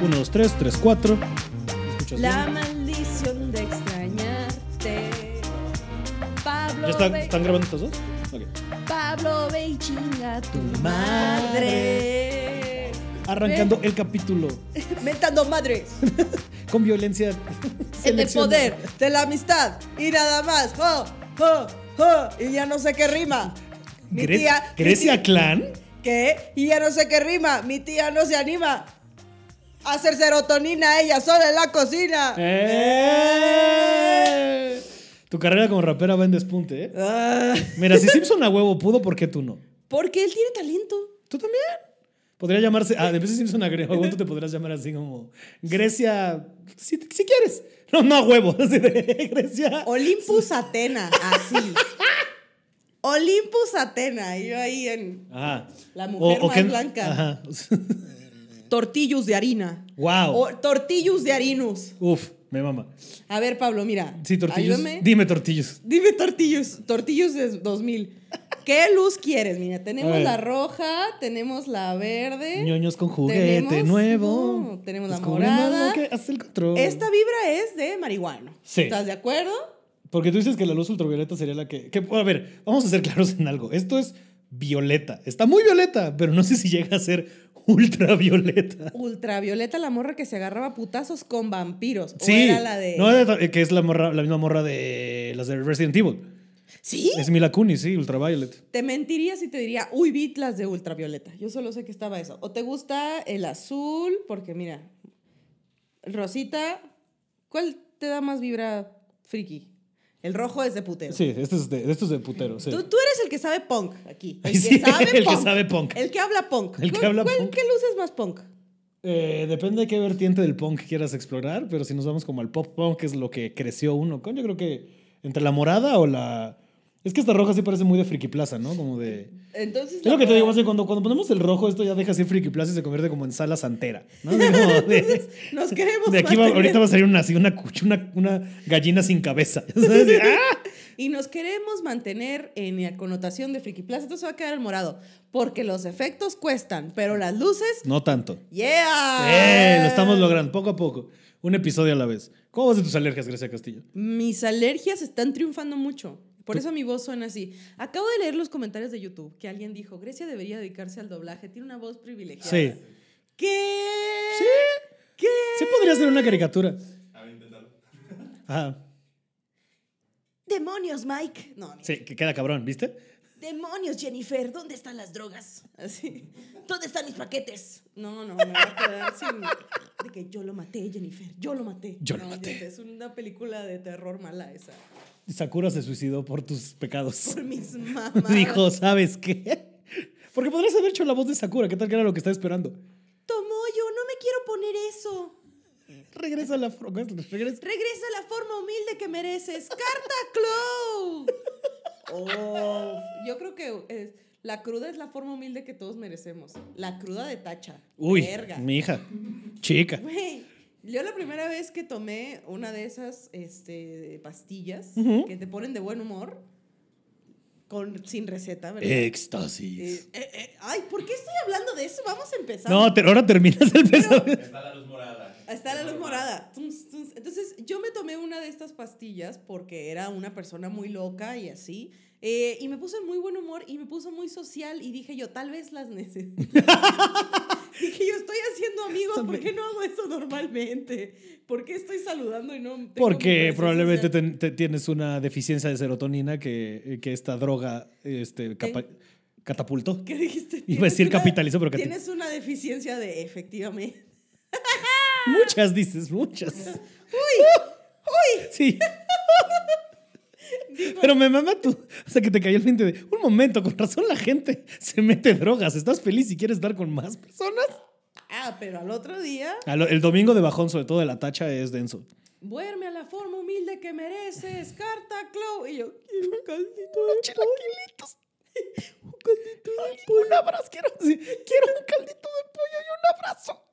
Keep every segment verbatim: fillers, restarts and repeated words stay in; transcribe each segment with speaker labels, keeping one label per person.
Speaker 1: Uno, dos, tres, tres, cuatro.
Speaker 2: La maldición de extrañarte. Pablo
Speaker 1: ¿Ya está,
Speaker 2: ve...
Speaker 1: están grabando estos dos? Okay.
Speaker 2: Pablo, ve y chinga tu madre.
Speaker 1: Arrancando ve. el capítulo.
Speaker 2: Mentando madres.
Speaker 1: Con violencia.
Speaker 2: En el poder de la amistad. Y nada más. Oh, oh, oh. Y ya no sé qué rima. Mi
Speaker 1: Gre
Speaker 2: tía.
Speaker 1: ¿Grecia
Speaker 2: mi tía,
Speaker 1: Clan?
Speaker 2: ¿Qué? Y ya no sé qué rima. Mi tía no se anima a hacer serotonina ella sola en la cocina.
Speaker 1: ¡Eh! Tu carrera como rapera va en despunte, ¿eh? Ah. Mira, si Simpson a huevo pudo, ¿por qué tú no?
Speaker 2: Porque él tiene talento.
Speaker 1: ¿Tú también? Podría llamarse... Ah, de vez de Simpson a huevo, tú te podrías llamar así como... Grecia... Si, si quieres. No, no a huevo. Así de Grecia...
Speaker 2: Olympus Atena, así. Olympus Atena. Yo ahí en...
Speaker 1: Ajá.
Speaker 2: La mujer
Speaker 1: o, o
Speaker 2: más
Speaker 1: que,
Speaker 2: blanca.
Speaker 1: Ajá.
Speaker 2: Tortillus de harina.
Speaker 1: Wow.
Speaker 2: O tortillus de harinus.
Speaker 1: Uf, me mama.
Speaker 2: A ver, Pablo, mira.
Speaker 1: Sí, tortillos.
Speaker 2: Ayúdame.
Speaker 1: Dime tortillos.
Speaker 2: Dime tortillos. Tortillos de dos mil. ¿Qué luz quieres? Mira, tenemos la roja, tenemos la verde.
Speaker 1: Ñoños con juguete tenemos, nuevo.
Speaker 2: No, tenemos la morada.
Speaker 1: Que hace el control.
Speaker 2: Esta vibra es de marihuana.
Speaker 1: Sí.
Speaker 2: ¿Estás de acuerdo?
Speaker 1: Porque tú dices que la luz ultravioleta sería la que, que... A ver, vamos a ser claros en algo. Esto es violeta. Está muy violeta, pero no sé si llega a ser ultravioleta.
Speaker 2: Ultravioleta, la morra que se agarraba a putazos con vampiros.
Speaker 1: Sí.
Speaker 2: ¿O era la de...?
Speaker 1: No, que es la, morra, la misma morra de las de Resident Evil.
Speaker 2: ¿Sí?
Speaker 1: Es Mila Kunis, sí, Ultraviolet.
Speaker 2: Te mentiría si te diría, uy, vi las de ultravioleta. Yo solo sé que estaba eso. O te gusta el azul, porque mira, rosita, ¿cuál te da más vibra friki? El rojo es de putero.
Speaker 1: Sí, este es de, esto es de putero, sí.
Speaker 2: Tú, tú eres el que sabe punk aquí. El
Speaker 1: sí,
Speaker 2: que sabe
Speaker 1: el
Speaker 2: punk.
Speaker 1: que sabe punk.
Speaker 2: El que habla punk.
Speaker 1: El que
Speaker 2: ¿Cuál,
Speaker 1: habla
Speaker 2: cuál,
Speaker 1: punk.
Speaker 2: ¿Qué luz es más punk?
Speaker 1: Eh, depende de qué vertiente del punk quieras explorar, pero si nos vamos como al pop punk, que es lo que creció uno con, yo creo que entre la morada o la... Es que esta roja sí parece muy de Friki Plaza, ¿no? Como de...
Speaker 2: Entonces,
Speaker 1: es lo que te digo, más bien, cuando, cuando ponemos el rojo, esto ya deja así Friki Plaza y se convierte como en sala santera, ¿no? De, como de,
Speaker 2: Entonces, nos queremos
Speaker 1: de aquí va, ahorita va a salir una, así, una, una, una gallina sin cabeza. ¿Sabes? ¡Ah!
Speaker 2: Y nos queremos mantener en la connotación de Friki Plaza, entonces va a quedar el morado. Porque los efectos cuestan, pero las luces...
Speaker 1: No tanto.
Speaker 2: ¡Yeah!
Speaker 1: Eh, lo estamos logrando, poco a poco. Un episodio a la vez. ¿Cómo vas de tus alergias, Grecia Castillo?
Speaker 2: Mis alergias están triunfando mucho. Por eso mi voz suena así. Acabo de leer los comentarios de YouTube que alguien dijo, Grecia debería dedicarse al doblaje, tiene una voz privilegiada.
Speaker 1: Sí.
Speaker 2: ¿Qué?
Speaker 1: Sí.
Speaker 2: ¿Qué?
Speaker 1: Sí podría ser una caricatura.
Speaker 3: A ver, inténtalo.
Speaker 1: Ajá.
Speaker 2: Demonios, Mike. No,
Speaker 1: sí, que queda cabrón, ¿viste?
Speaker 2: Demonios, Jennifer, ¿dónde están las drogas? Así. ¿Dónde están mis paquetes? No, no, me voy a quedar sin... De que yo lo maté, Jennifer, yo lo maté.
Speaker 1: Yo
Speaker 2: no,
Speaker 1: lo maté.
Speaker 2: Es una película de terror mala esa.
Speaker 1: Sakura se suicidó por tus pecados.
Speaker 2: Por mis mamás.
Speaker 1: Dijo, ¿sabes qué? Porque podrías haber hecho la voz de Sakura. ¿Qué tal que era lo que estaba esperando?
Speaker 2: Tomoyo, no me quiero poner eso.
Speaker 1: Regresa a la, regresa.
Speaker 2: Regresa a la forma humilde que mereces. ¡Carta Clow! Oh, yo creo que es, la cruda es la forma humilde que todos merecemos. La cruda de tacha.
Speaker 1: Uy,
Speaker 2: Verga.
Speaker 1: mi hija. Chica.
Speaker 2: Güey, yo la primera vez que tomé una de esas este, pastillas
Speaker 1: uh-huh.
Speaker 2: que te ponen de buen humor, con, sin receta, ¿verdad?
Speaker 1: Éxtasis.
Speaker 2: Eh, eh, eh, ay, ¿por qué estoy hablando de eso? Vamos a empezar.
Speaker 1: No, te, ahora terminas el peso.
Speaker 3: Está la luz morada.
Speaker 2: Está la luz morada. Entonces, yo me tomé una de estas pastillas porque era una persona muy loca y así. Eh, y me puse en muy buen humor y me puso muy social y dije yo, tal vez las necesito. Dije yo, estoy haciendo amigos, ¿por qué no hago eso normalmente? ¿Por qué estoy saludando y no tengo
Speaker 1: Porque probablemente te, te tienes una deficiencia de serotonina que, que esta droga este, capa, catapultó.
Speaker 2: ¿Qué dijiste?
Speaker 1: Iba a decir
Speaker 2: una,
Speaker 1: capitalizó, pero
Speaker 2: tienes una deficiencia de efectivamente.
Speaker 1: Muchas dices, muchas.
Speaker 2: ¡Uy! ¡Uy!
Speaker 1: Sí. Digo, pero me mama tú. O sea, que te cayó el veinte de un momento, con razón la gente se mete drogas. ¿Estás feliz y quieres estar con más personas?
Speaker 2: Ah, pero al otro día.
Speaker 1: El domingo de bajón, sobre todo de la tacha, es denso.
Speaker 2: Duerme a la forma humilde que mereces, Carta Clow. Y yo, quiero un caldito de
Speaker 1: chilaquilitos.
Speaker 2: Un caldito de pollo.
Speaker 1: Un abrazo. Quiero, sí, quiero un caldito de pollo y un abrazo.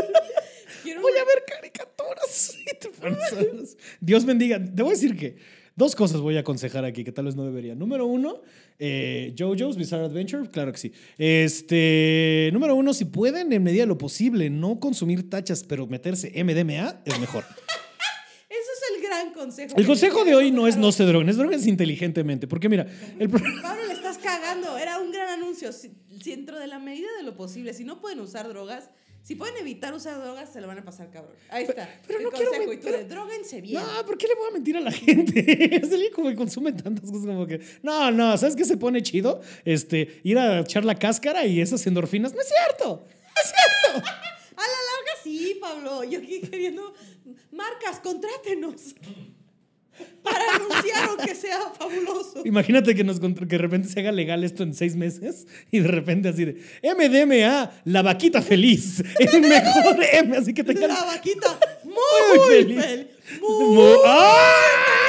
Speaker 2: Quiero
Speaker 1: Voy
Speaker 2: un...
Speaker 1: a ver caricaturas. Dios bendiga. Te voy a decir que Dos cosas voy a aconsejar aquí que tal vez no debería. Número uno, eh, JoJo's Bizarre Adventure, claro que sí. Este, número uno, si pueden, en medida de lo posible, no consumir tachas, pero meterse M D M A es mejor.
Speaker 2: Eso es el gran consejo.
Speaker 1: El
Speaker 2: que
Speaker 1: consejo
Speaker 2: les
Speaker 1: de hoy no
Speaker 2: quiero
Speaker 1: es no
Speaker 2: dar.
Speaker 1: se droguen, es droguen inteligentemente. Porque mira, el pro-
Speaker 2: Pablo, le estás cagando. Era un gran anuncio. Si, si dentro de la medida de lo posible, si no pueden usar drogas, si pueden evitar usar drogas, se lo van a pasar cabrón. Ahí está.
Speaker 1: pero
Speaker 2: el
Speaker 1: no quiero
Speaker 2: consejo.
Speaker 1: men-
Speaker 2: Y tú
Speaker 1: pero-
Speaker 2: de droguense bien.
Speaker 1: No, ¿por qué le voy a mentir a la gente? Es alguien como que consume tantas cosas como que... No, no, ¿sabes qué se pone chido? Este, ir a echar la cáscara y esas endorfinas. ¡No es cierto! ¡No es cierto!
Speaker 2: A la larga sí, Pablo. Yo aquí queriendo... Marcas, contrátenos. Para anunciar aunque sea fabuloso.
Speaker 1: Imagínate que, nos, que de repente se haga legal esto en seis meses y de repente así de M D M A, la vaquita feliz, el mejor M, así que te
Speaker 2: La vaquita muy,
Speaker 1: Muy feliz.
Speaker 2: feliz. Muy.
Speaker 1: Mu- ¡Ah!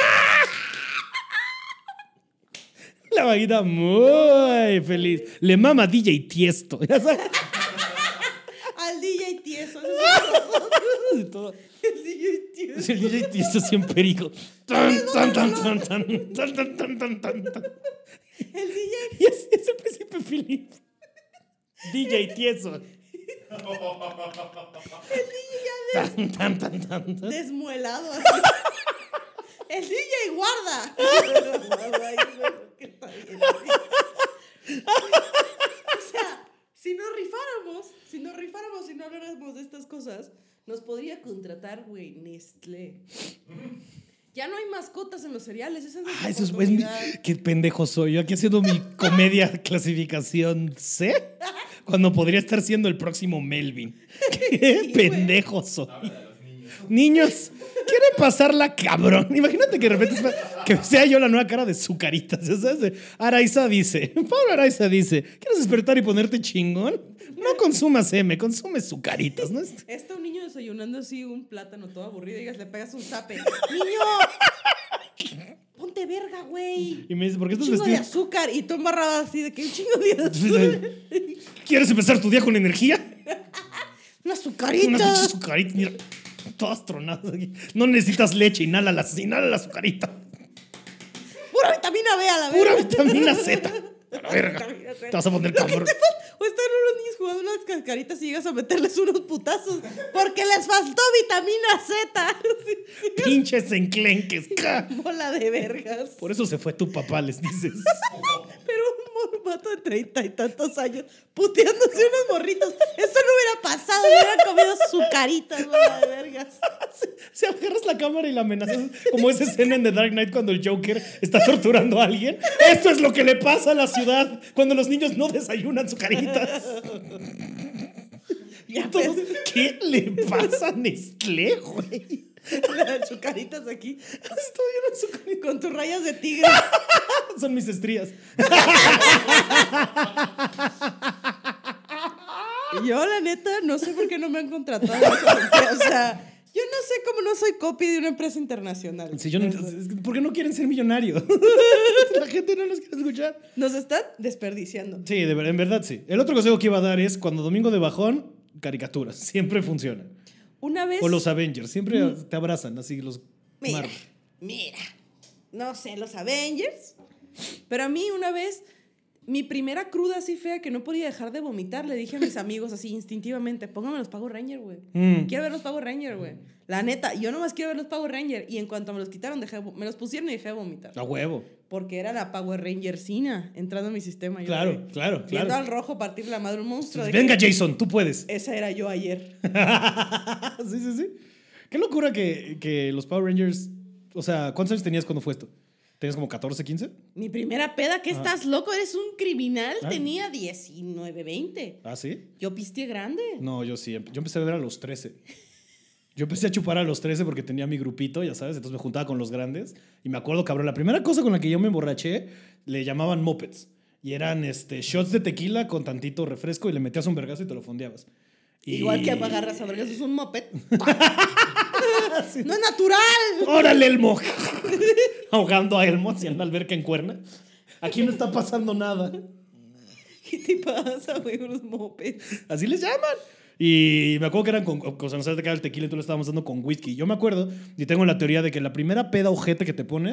Speaker 1: La vaquita muy feliz. Le mama D J Tiesto. Ya sabes.
Speaker 2: Al D J Tieso. Ese es
Speaker 1: Y todo.
Speaker 2: el D J Tieso.
Speaker 1: El D J Tiesto siempre perico. Tan, tan, tan, tan, tan, tan, tan, tan, tan, tan, tan.
Speaker 2: El D J.
Speaker 1: Y es, es el príncipe Philip. D J Tieso. Tan, tan, tan, tan, tan.
Speaker 2: Desmuelado así. El D J guarda. Ay, no, que está bien. O sea, si nos rifáramos, si nos rifáramos, si no habláramos de estas cosas, nos podría contratar, güey, Nestlé. Ya no hay mascotas en los cereales. Esa es nuestra
Speaker 1: Ah, eso es, es mi-
Speaker 2: oportunidad.
Speaker 1: qué pendejo soy yo aquí haciendo mi comedia clasificación C cuando podría estar siendo el próximo Melvin. Qué
Speaker 2: Sí,
Speaker 1: pendejo soy.
Speaker 3: Habla de los niños.
Speaker 1: Niños, quieren pasarla cabrón. Imagínate que de repente sea- que sea yo la nueva cara de Zucaritas. ¿Sabes? De- Araiza dice, Pablo Araiza dice, ¿quieres despertar y ponerte chingón? No consumas M, consume Zucaritas, ¿no?
Speaker 2: Está un niño desayunando así un plátano todo aburrido y digas, le pegas un zape. ¡Niño! Ponte verga, güey.
Speaker 1: Y me dice, ¿por qué
Speaker 2: Un
Speaker 1: estás
Speaker 2: chingo de
Speaker 1: vestido?
Speaker 2: azúcar. Y tú embarrado así de que un chingo de azúcar.
Speaker 1: ¿Quieres empezar tu día con energía?
Speaker 2: Una
Speaker 1: Unas
Speaker 2: azucarita.
Speaker 1: pinches azucaritas, mira, todas tronadas aquí. No necesitas leche, inhala la, inhala la azucarita.
Speaker 2: Pura vitamina B a la
Speaker 1: Pura
Speaker 2: verga.
Speaker 1: vitamina Z. A la verga. Te vas a poner cabrón.
Speaker 2: O están unos niños jugando unas cascaritas y llegas a meterles unos putazos porque les faltó vitamina Z.
Speaker 1: Pinches enclenques. ca.
Speaker 2: Bola de vergas.
Speaker 1: Por eso se fue tu papá, les dices.
Speaker 2: Pero un mormato de treinta y tantos años puteándose unos morritos. Eso no hubiera pasado, no hubieran comido su carita, bola de vergas.
Speaker 1: Si agarras la cámara y la amenazas, como esa escena en The Dark Knight cuando el Joker está torturando a alguien. Esto es lo que le pasa a la ciudad cuando los niños no desayunan sucaritas.
Speaker 2: Ya
Speaker 1: Todos,
Speaker 2: pues,
Speaker 1: ¿qué le pasa a Nestlé, güey?
Speaker 2: las chucaritas aquí
Speaker 1: Estoy en azucarita.
Speaker 2: con tus rayas de tigre.
Speaker 1: Son mis estrías.
Speaker 2: Yo, la neta, no sé por qué no me han contratado. O sea, yo no sé cómo no soy copy de una empresa internacional.
Speaker 1: Si yo no, es que, ¿por qué no quieren ser millonarios? La gente no los quiere escuchar.
Speaker 2: Nos están desperdiciando.
Speaker 1: Sí, de ver- en verdad sí. El otro consejo que iba a dar es cuando domingo de bajón, caricaturas. Siempre funciona.
Speaker 2: Una vez...
Speaker 1: O los Avengers. Siempre te abrazan, así los...
Speaker 2: Mira,
Speaker 1: Marvel.
Speaker 2: mira. No sé, los Avengers. Pero a mí una vez, mi primera cruda así fea que no podía dejar de vomitar, le dije a mis amigos así instintivamente, póngame los Power Ranger, güey.
Speaker 1: Mm.
Speaker 2: Quiero ver los Power Ranger, güey. La neta, yo nomás quiero ver los Power Ranger. Y en cuanto me los quitaron, dejé de vo- me los pusieron y dejé de vomitar.
Speaker 1: A huevo.
Speaker 2: Porque era la Power Ranger Sina entrando a mi sistema. Yo
Speaker 1: Claro,
Speaker 2: de-
Speaker 1: claro,
Speaker 2: Viendo
Speaker 1: claro.
Speaker 2: al rojo partir la madre un monstruo. de
Speaker 1: Venga,
Speaker 2: que
Speaker 1: Jason, tú puedes.
Speaker 2: esa era yo ayer.
Speaker 1: Sí, sí, sí. Qué locura que, que los Power Rangers... O sea, ¿cuántos años tenías cuando fue esto? ¿Tenías como catorce, quince?
Speaker 2: Mi primera peda, ¿qué estás loco? Eres un criminal.
Speaker 1: Ah.
Speaker 2: Tenía diecinueve, veinte.
Speaker 1: ¿Ah, sí?
Speaker 2: Yo pisteé grande.
Speaker 1: No, yo sí. Yo empecé a beber a los trece. Yo empecé a chupar a los trece porque tenía mi grupito, ya sabes, entonces me juntaba con los grandes. Y me acuerdo, cabrón, la primera cosa con la que yo me emborraché le llamaban mopeds. Y eran este, shots de tequila con tantito refresco y le metías un vergazo y te lo fondeabas. Y...
Speaker 2: Igual que agarras a vergas, es un moped. ¡No es natural!
Speaker 1: ¡Órale, Elmo! Ahogando a Elmo hacia la alberca en Cuerna. Aquí no está pasando nada.
Speaker 2: ¿Qué te pasa, güey? Unos mopeds.
Speaker 1: Así les llaman. Y me acuerdo que eran con, con, no sabes de qué era el tequila y tú lo estábamos dando con whisky. Yo me acuerdo y tengo la teoría de que la primera peda ojete que te pones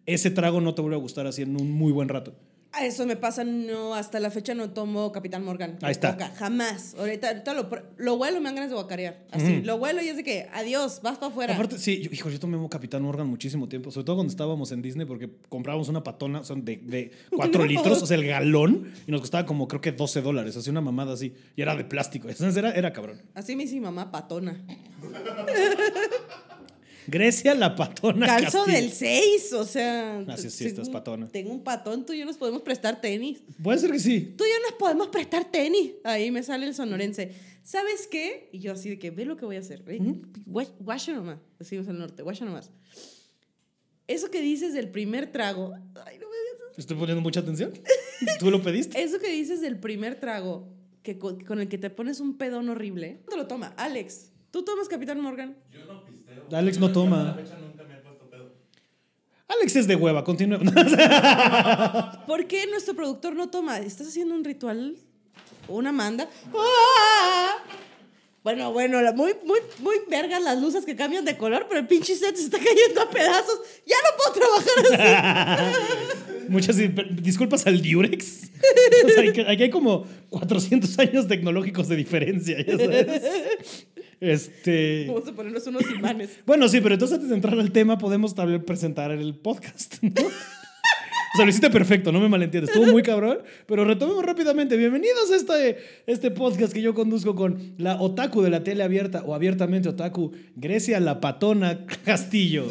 Speaker 1: ese trago no te vuelve a gustar así en un muy buen rato.
Speaker 2: A eso me pasa, no, hasta la fecha no tomo Capitán Morgan.
Speaker 1: Ahí está.
Speaker 2: Coca, jamás. Ahorita, ahorita lo, lo huelo, me dan ganas de guacarear. Así,
Speaker 1: Mm.
Speaker 2: lo huelo y es de que, adiós, vas para afuera.
Speaker 1: Aparte, sí, yo, hijo, yo tomé Capitán Morgan muchísimo tiempo, sobre todo cuando estábamos en Disney, porque comprábamos una patona, son de, de cuatro
Speaker 2: No.
Speaker 1: litros, o sea, el galón, y nos costaba como, creo que doce dólares, así una mamada así, y era de plástico, entonces era, era cabrón.
Speaker 2: Así me dice mi mamá, patona.
Speaker 1: Grecia la patona
Speaker 2: Calzo
Speaker 1: Castillo.
Speaker 2: del seis, o sea.
Speaker 1: Así es, sí, estás
Speaker 2: tengo-
Speaker 1: patona.
Speaker 2: Tengo un patón, tú y yo nos podemos prestar tenis.
Speaker 1: Puede ser que sí.
Speaker 2: Tú y yo nos podemos prestar tenis. Ahí me sale el sonorense. ¿Sabes qué? Y yo así de que, ve lo que voy a hacer. Ve, gua- Guacha nomás. Decimos al norte, guacha nomás. Eso que dices del primer trago. Ay, no me digas.
Speaker 1: Estoy poniendo mucha atención. ¿Tú lo pediste?
Speaker 2: Eso que dices del primer trago, que con, con el que te pones un pedón horrible. ¿Te lo toma? Alex, ¿tú tomas Capitán Morgan?
Speaker 3: Yo no pisteo.
Speaker 1: Alex no
Speaker 3: Yo
Speaker 1: toma.
Speaker 3: hasta la fecha nunca me he puesto pedo.
Speaker 1: Alex es de hueva, continúa.
Speaker 2: ¿Por qué nuestro productor no toma? ¿Estás haciendo un ritual? ¿Una manda? ¡Ah! Bueno, bueno, la- muy, muy, muy vergas las luces que cambian de color, pero el pinche set se está cayendo a pedazos. Ya no puedo trabajar así.
Speaker 1: Muchas di- disculpas al Durex. O sea, aquí aquí hay como cuatrocientos años tecnológicos de diferencia, ya sabes. Este...
Speaker 2: Vamos a ponernos unos imanes.
Speaker 1: Bueno, sí, pero entonces antes de entrar al tema podemos tal vez presentar el podcast, ¿no? O sea, lo hiciste perfecto, no me malentiendes. Estuvo muy cabrón, pero retomemos rápidamente. Bienvenidos a este, este podcast que yo conduzco con la otaku de la tele abierta o abiertamente otaku, Grecia la patona Castillo.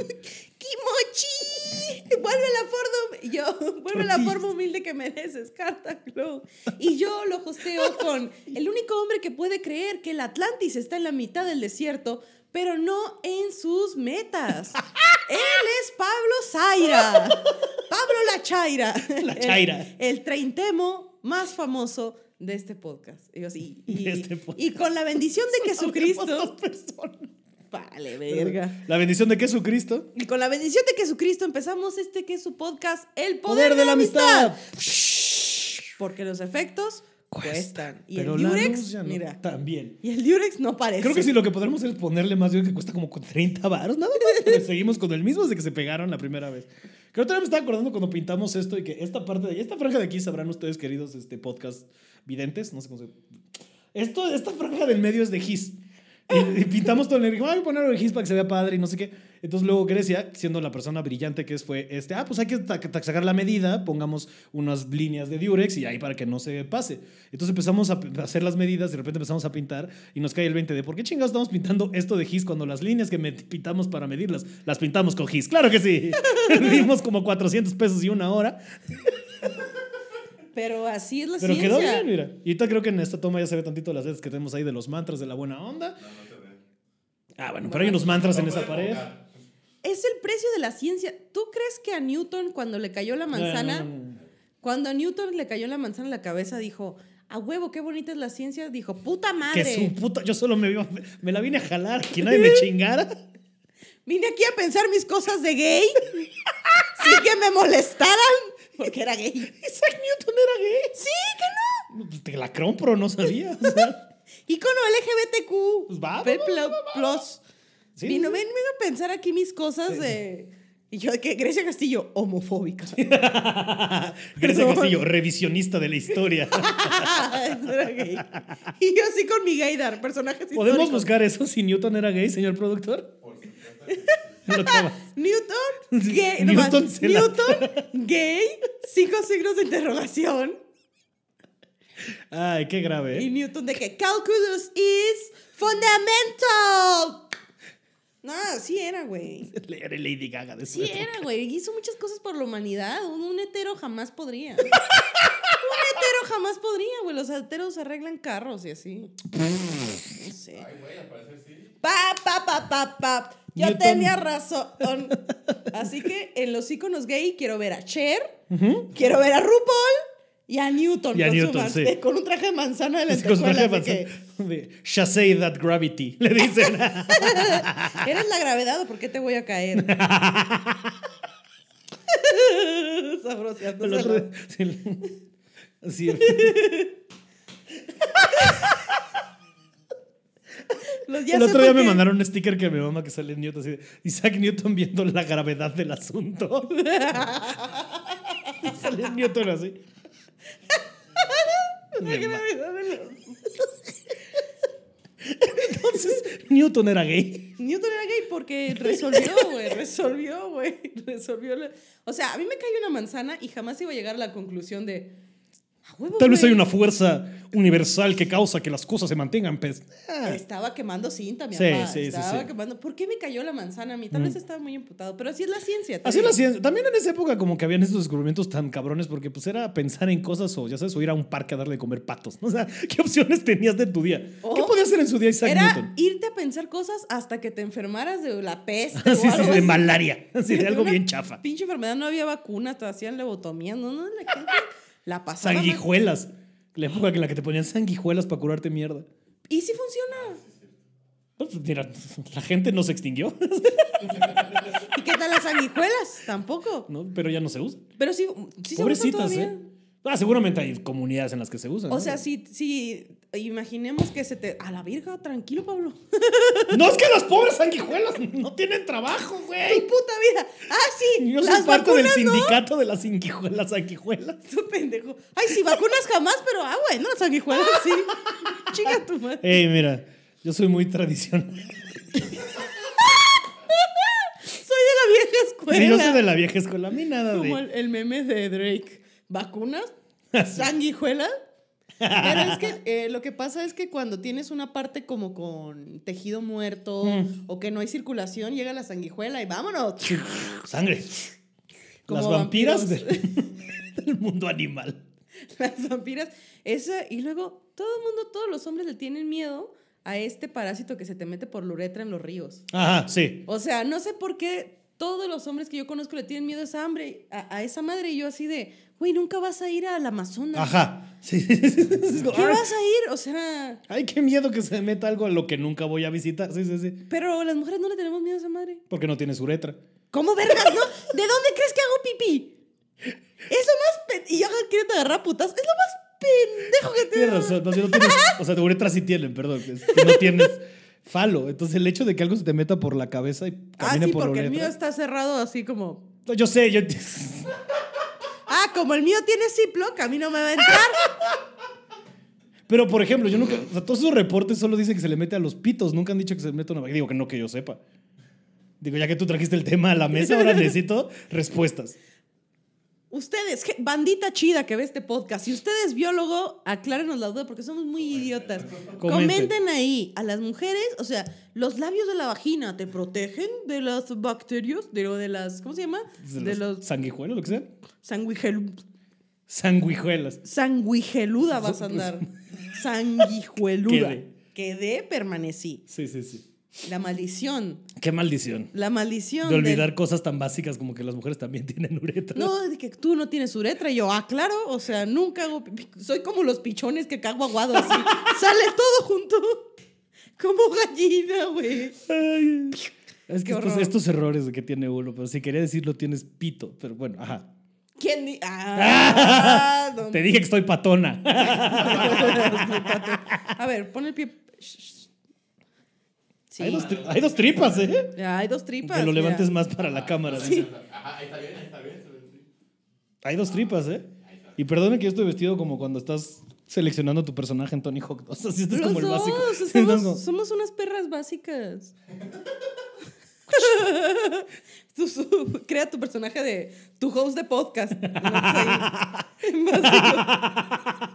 Speaker 2: ¡Kimochi! Vuelve la forma, yo, vuelve la
Speaker 1: Tortillas.
Speaker 2: forma humilde que mereces, Carta Glow. Y yo lo hosteo con el único hombre que puede creer que el Atlantis está en la mitad del desierto, pero no en sus metas. Él es Pablo Zaira. Pablo La Chaira.
Speaker 1: La Chaira.
Speaker 2: El, el treintemo más famoso de este podcast. Y, yo así, y,
Speaker 1: De este podcast.
Speaker 2: y con la bendición de
Speaker 1: Somos
Speaker 2: Jesucristo.
Speaker 1: dos personas.
Speaker 2: Vale, verga.
Speaker 1: La bendición de Jesucristo.
Speaker 2: Y con la bendición de Jesucristo empezamos este que es su podcast, El
Speaker 1: Poder de la amistad.
Speaker 2: Porque los efectos cuestan. Y
Speaker 1: pero
Speaker 2: el
Speaker 1: la
Speaker 2: Durex,
Speaker 1: luz ya no.
Speaker 2: mira.
Speaker 1: También.
Speaker 2: Y el Durex no parece.
Speaker 1: Creo que sí, lo que podremos hacer es ponerle más, yo creo que cuesta como con treinta baros, nada más. Pero seguimos con el mismo desde que se pegaron la primera vez. Creo que me estaba acordando cuando pintamos esto y que esta parte de esta franja de aquí sabrán ustedes, queridos este podcast videntes, no sé cómo se... Esto, esta franja del medio es de gis. Y, y pintamos todo el negro. Voy a ponerlo de gis para que se vea padre y no sé qué. Entonces luego Grecia, siendo la persona brillante que es, fue, este, ah, pues hay que ta- ta- sacar la medida, pongamos unas líneas de Durex y ahí para que no se pase. Entonces empezamos a p- a hacer las medidas, de repente empezamos a pintar y nos cae el veinte de ¿por qué chingados estamos pintando esto de gis cuando las líneas que me- pintamos para medirlas las pintamos con gis? Claro que sí. Dimos como cuatrocientos pesos y una hora.
Speaker 2: Pero así es la
Speaker 1: Pero
Speaker 2: ciencia.
Speaker 1: quedó bien, mira. Y ahorita creo que en esta toma ya se ve tantito las letras que tenemos ahí de los mantras de la buena onda.
Speaker 3: No, no se ve.
Speaker 1: Ah, bueno, pero hay unos mantras en
Speaker 3: No
Speaker 1: esa
Speaker 3: puede
Speaker 1: pared.
Speaker 3: enfocar.
Speaker 2: Es el precio de la ciencia. ¿Tú crees que a Newton, cuando le cayó la manzana,
Speaker 1: No, no, no, no.
Speaker 2: cuando a Newton le cayó la manzana en la cabeza, dijo, a huevo, qué bonita es la ciencia? Dijo, puta madre.
Speaker 1: Que su puta, yo solo me, me la vine a jalar, que nadie me chingara.
Speaker 2: Vine aquí a pensar mis cosas de gay. Sin que me molestaran. Porque era gay.
Speaker 1: Isaac Newton era gay.
Speaker 2: Sí, que no.
Speaker 1: Pues te la compro, no sabía. O sea,
Speaker 2: Icono L G B T Q.
Speaker 1: Pues va, va,
Speaker 2: P-
Speaker 1: va,
Speaker 2: pl-
Speaker 1: va, va, va.
Speaker 2: Plus.
Speaker 1: sí,
Speaker 2: Vino,
Speaker 1: sí.
Speaker 2: ven, ven a pensar aquí mis cosas de... Y yo de que Grecia Castillo, homofóbica.
Speaker 1: Grecia
Speaker 2: Perdón.
Speaker 1: Castillo, revisionista de la historia.
Speaker 2: Eso era gay. Y yo así con mi gaydar, personajes
Speaker 1: ¿Podemos
Speaker 2: históricos.
Speaker 1: buscar eso si Newton era gay, señor productor?
Speaker 3: Por supuesto que sí.
Speaker 1: Lo acaba.
Speaker 2: Newton,
Speaker 1: Sí,
Speaker 2: gay.
Speaker 1: Newton
Speaker 2: Newton,
Speaker 1: se la-
Speaker 2: Newton, gay, cinco signos de interrogación.
Speaker 1: Ay, qué grave,
Speaker 2: Y
Speaker 1: ¿eh?
Speaker 2: Newton de que calculus is fundamental. No, sí era, güey.
Speaker 1: Era Lady Gaga de su
Speaker 2: Sí
Speaker 1: época.
Speaker 2: era, güey. Hizo muchas cosas por la humanidad. Un, un hetero jamás podría. Un hetero jamás podría, güey. Los heteros arreglan carros y así. No sé.
Speaker 3: Ay, güey, al parecer sí.
Speaker 2: Pa, pa, pa, pa, pa. Yo
Speaker 1: Newton.
Speaker 2: tenía razón. Así que en los íconos gay quiero ver a Cher, quiero ver a RuPaul y a Newton.
Speaker 1: Y a
Speaker 2: con, su
Speaker 1: Newton,
Speaker 2: man-
Speaker 1: sí.
Speaker 2: con un traje de manzana de
Speaker 1: Es con su traje
Speaker 2: lentejuelas.
Speaker 1: de
Speaker 2: de que,
Speaker 1: manzana- de Chassé that gravity, le dicen.
Speaker 2: ¿eres la gravedad o por qué te voy a caer? Sabroseando.
Speaker 1: El otro- sí, sí.
Speaker 2: Los, ya Ya
Speaker 1: El
Speaker 2: sé
Speaker 1: otro día
Speaker 2: por
Speaker 1: me
Speaker 2: qué.
Speaker 1: mandaron un sticker que me mama que sale en Newton así de Isaac Newton viendo la gravedad del asunto. Y sale en Newton así. Me ma- Entonces, Newton era gay.
Speaker 2: Newton era gay porque resolvió, güey, resolvió, güey, resolvió. la- O sea, a mí me cae una manzana y jamás iba a llegar a la conclusión de, a huevo,
Speaker 1: Tal vez hay
Speaker 2: güey.
Speaker 1: una fuerza universal que causa que las cosas se mantengan. Pues, ah.
Speaker 2: Estaba quemando cinta, mi
Speaker 1: Sí,
Speaker 2: papá.
Speaker 1: sí, sí,
Speaker 2: estaba
Speaker 1: sí.
Speaker 2: quemando. ¿Por qué me cayó la manzana a mí? Tal vez estaba muy imputado, pero así es la ciencia. te
Speaker 1: Así es la
Speaker 2: digo.
Speaker 1: ciencia. También en esa época como que habían estos descubrimientos tan cabrones porque pues era pensar en cosas o ya sabes, o ir a un parque a darle de comer patos. O sea, ¿qué opciones tenías de tu día?
Speaker 2: O
Speaker 1: ¿Qué podía hacer en su día Isaac
Speaker 2: Era
Speaker 1: Newton?
Speaker 2: irte a pensar cosas hasta que te enfermaras de la peste.
Speaker 1: Sí,
Speaker 2: o
Speaker 1: sí,
Speaker 2: algo
Speaker 1: de
Speaker 2: así.
Speaker 1: malaria. Así de algo
Speaker 2: Una
Speaker 1: bien chafa.
Speaker 2: Pinche enfermedad, no había vacuna, te hacían leutomía, no, no, la gente la pasaba. mal.
Speaker 1: Sanguijuelas. La época en la que te ponían sanguijuelas para curarte mierda.
Speaker 2: Y sí funciona.
Speaker 1: Pues, mira, la gente no se extinguió,
Speaker 2: ¿Y qué tal las sanguijuelas? Tampoco.
Speaker 1: ¿no? Pero ya no se usa.
Speaker 2: Pero sí, sí se usa
Speaker 1: Pobrecitas,
Speaker 2: todavía.
Speaker 1: ¿eh? Ah, seguramente hay comunidades en las que se usan.
Speaker 2: O
Speaker 1: ¿no?
Speaker 2: sea, si, si imaginemos que se te... A la virga, tranquilo, Pablo.
Speaker 1: No, es que las pobres sanguijuelas no tienen trabajo,
Speaker 2: Tu
Speaker 1: güey.
Speaker 2: puta vida. Ah, sí.
Speaker 1: Yo soy
Speaker 2: las
Speaker 1: parte del
Speaker 2: vacunas, ¿no?
Speaker 1: sindicato de las sanguijuelas. Las sanguijuelas.
Speaker 2: Tu pendejo. Ay, sí, vacunas jamás, pero ah, bueno, las sanguijuelas sí. Chica tu madre.
Speaker 1: Ey, mira, yo soy muy tradicional.
Speaker 2: Soy de la vieja escuela.
Speaker 1: Sí, yo soy de la vieja escuela. A mí nada
Speaker 2: Como
Speaker 1: de...
Speaker 2: el, el meme de Drake. ¿Vacunas? ¿Sanguijuelas? Pero es que eh, lo que pasa es que cuando tienes una parte como con tejido muerto
Speaker 1: Mm.
Speaker 2: o que no hay circulación, llega la sanguijuela y vámonos.
Speaker 1: Sangre.
Speaker 2: Como
Speaker 1: Las vampiras
Speaker 2: vampiros.
Speaker 1: del, del mundo animal.
Speaker 2: Las vampiras. Esa, y luego todo el mundo, todos los hombres le tienen miedo a este parásito que se te mete por la uretra en los ríos.
Speaker 1: Ajá, sí.
Speaker 2: O sea, no sé por qué todos los hombres que yo conozco le tienen miedo a esa hambre, a, a esa madre, y yo así de, güey, nunca vas a ir al Amazonas.
Speaker 1: Ajá. Sí.
Speaker 2: ¿Qué vas a ir? O sea,
Speaker 1: Ay, qué miedo que se meta algo a lo que nunca voy a visitar. Sí, sí, sí.
Speaker 2: pero las mujeres no le tenemos miedo a esa madre.
Speaker 1: Porque no tienes uretra.
Speaker 2: ¿Cómo vergas, no? ¿De dónde crees que hago pipí? Es lo más... pen- Y ya quieren agarrar a putas. Es lo más pendejo que te...
Speaker 1: Tienes razón. No, si no tienes, o sea, de uretra sí tienen, perdón. Es que no tienes falo. Entonces el hecho de que algo se te meta por la cabeza y
Speaker 2: Ah,
Speaker 1: camine
Speaker 2: sí,
Speaker 1: por la
Speaker 2: porque el
Speaker 1: uretra.
Speaker 2: mío está cerrado así como...
Speaker 1: No, yo sé, yo...
Speaker 2: Ah, como el mío tiene Ziploc, a mí no me va a entrar.
Speaker 1: Pero, por ejemplo, yo nunca... O sea, todos esos reportes solo dicen que se le mete a los pitos. Nunca han dicho que se le mete a una... Digo que no que yo sepa. Digo, ya que tú trajiste el tema a la mesa, ahora necesito respuestas.
Speaker 2: Ustedes, je- bandita chida que ve este podcast, si usted es biólogo, aclárenos la duda porque somos muy idiotas.
Speaker 1: Comenten.
Speaker 2: Comenten ahí, a las mujeres, o sea, los labios de la vagina te protegen de las bacterias, de lo de las, ¿cómo se llama?
Speaker 1: De los sanguijuelos, lo que sea.
Speaker 2: sanguigel,
Speaker 1: Sanguijuelas.
Speaker 2: sanguigeluda vas a andar. Sanguijueluda.
Speaker 1: Quedé.
Speaker 2: Quedé, permanecí.
Speaker 1: Sí, sí, sí.
Speaker 2: La maldición,
Speaker 1: Qué maldición.
Speaker 2: la maldición
Speaker 1: De olvidar
Speaker 2: del-
Speaker 1: cosas tan básicas como que las mujeres también tienen uretra.
Speaker 2: No, de que tú no tienes uretra. Y yo, ah, claro, o sea, nunca hago pipí. Soy como los pichones que cago aguado así. Sale todo junto. Como gallina, güey.
Speaker 1: Ay. Es que
Speaker 2: Qué
Speaker 1: estos,
Speaker 2: horror.
Speaker 1: estos errores de que tiene uno, pero si quería decirlo tienes pito, pero bueno, ajá.
Speaker 2: ¿Quién di- Ah, no.
Speaker 1: Te dije que estoy patona.
Speaker 2: A ver, pon el pie. Sí.
Speaker 1: Hay, dos tri- hay dos tripas, ¿eh?
Speaker 2: Ya, hay dos tripas.
Speaker 1: Que lo
Speaker 2: mira.
Speaker 1: levantes más para la cámara.
Speaker 2: Sí.
Speaker 1: dice.
Speaker 3: Ajá, ahí está bien, ahí está bien. se ve, sí.
Speaker 1: Hay dos tripas, ¿eh? Y perdone que yo estoy vestido como cuando estás seleccionando tu personaje en Tony Hawk. O sea, si esto es
Speaker 2: Los
Speaker 1: como el
Speaker 2: dos,
Speaker 1: básico. Sí,
Speaker 2: estamos-
Speaker 1: estás como-
Speaker 2: somos unas perras básicas. Tú, su- crea tu personaje de tu host de podcast. No sé, en básico.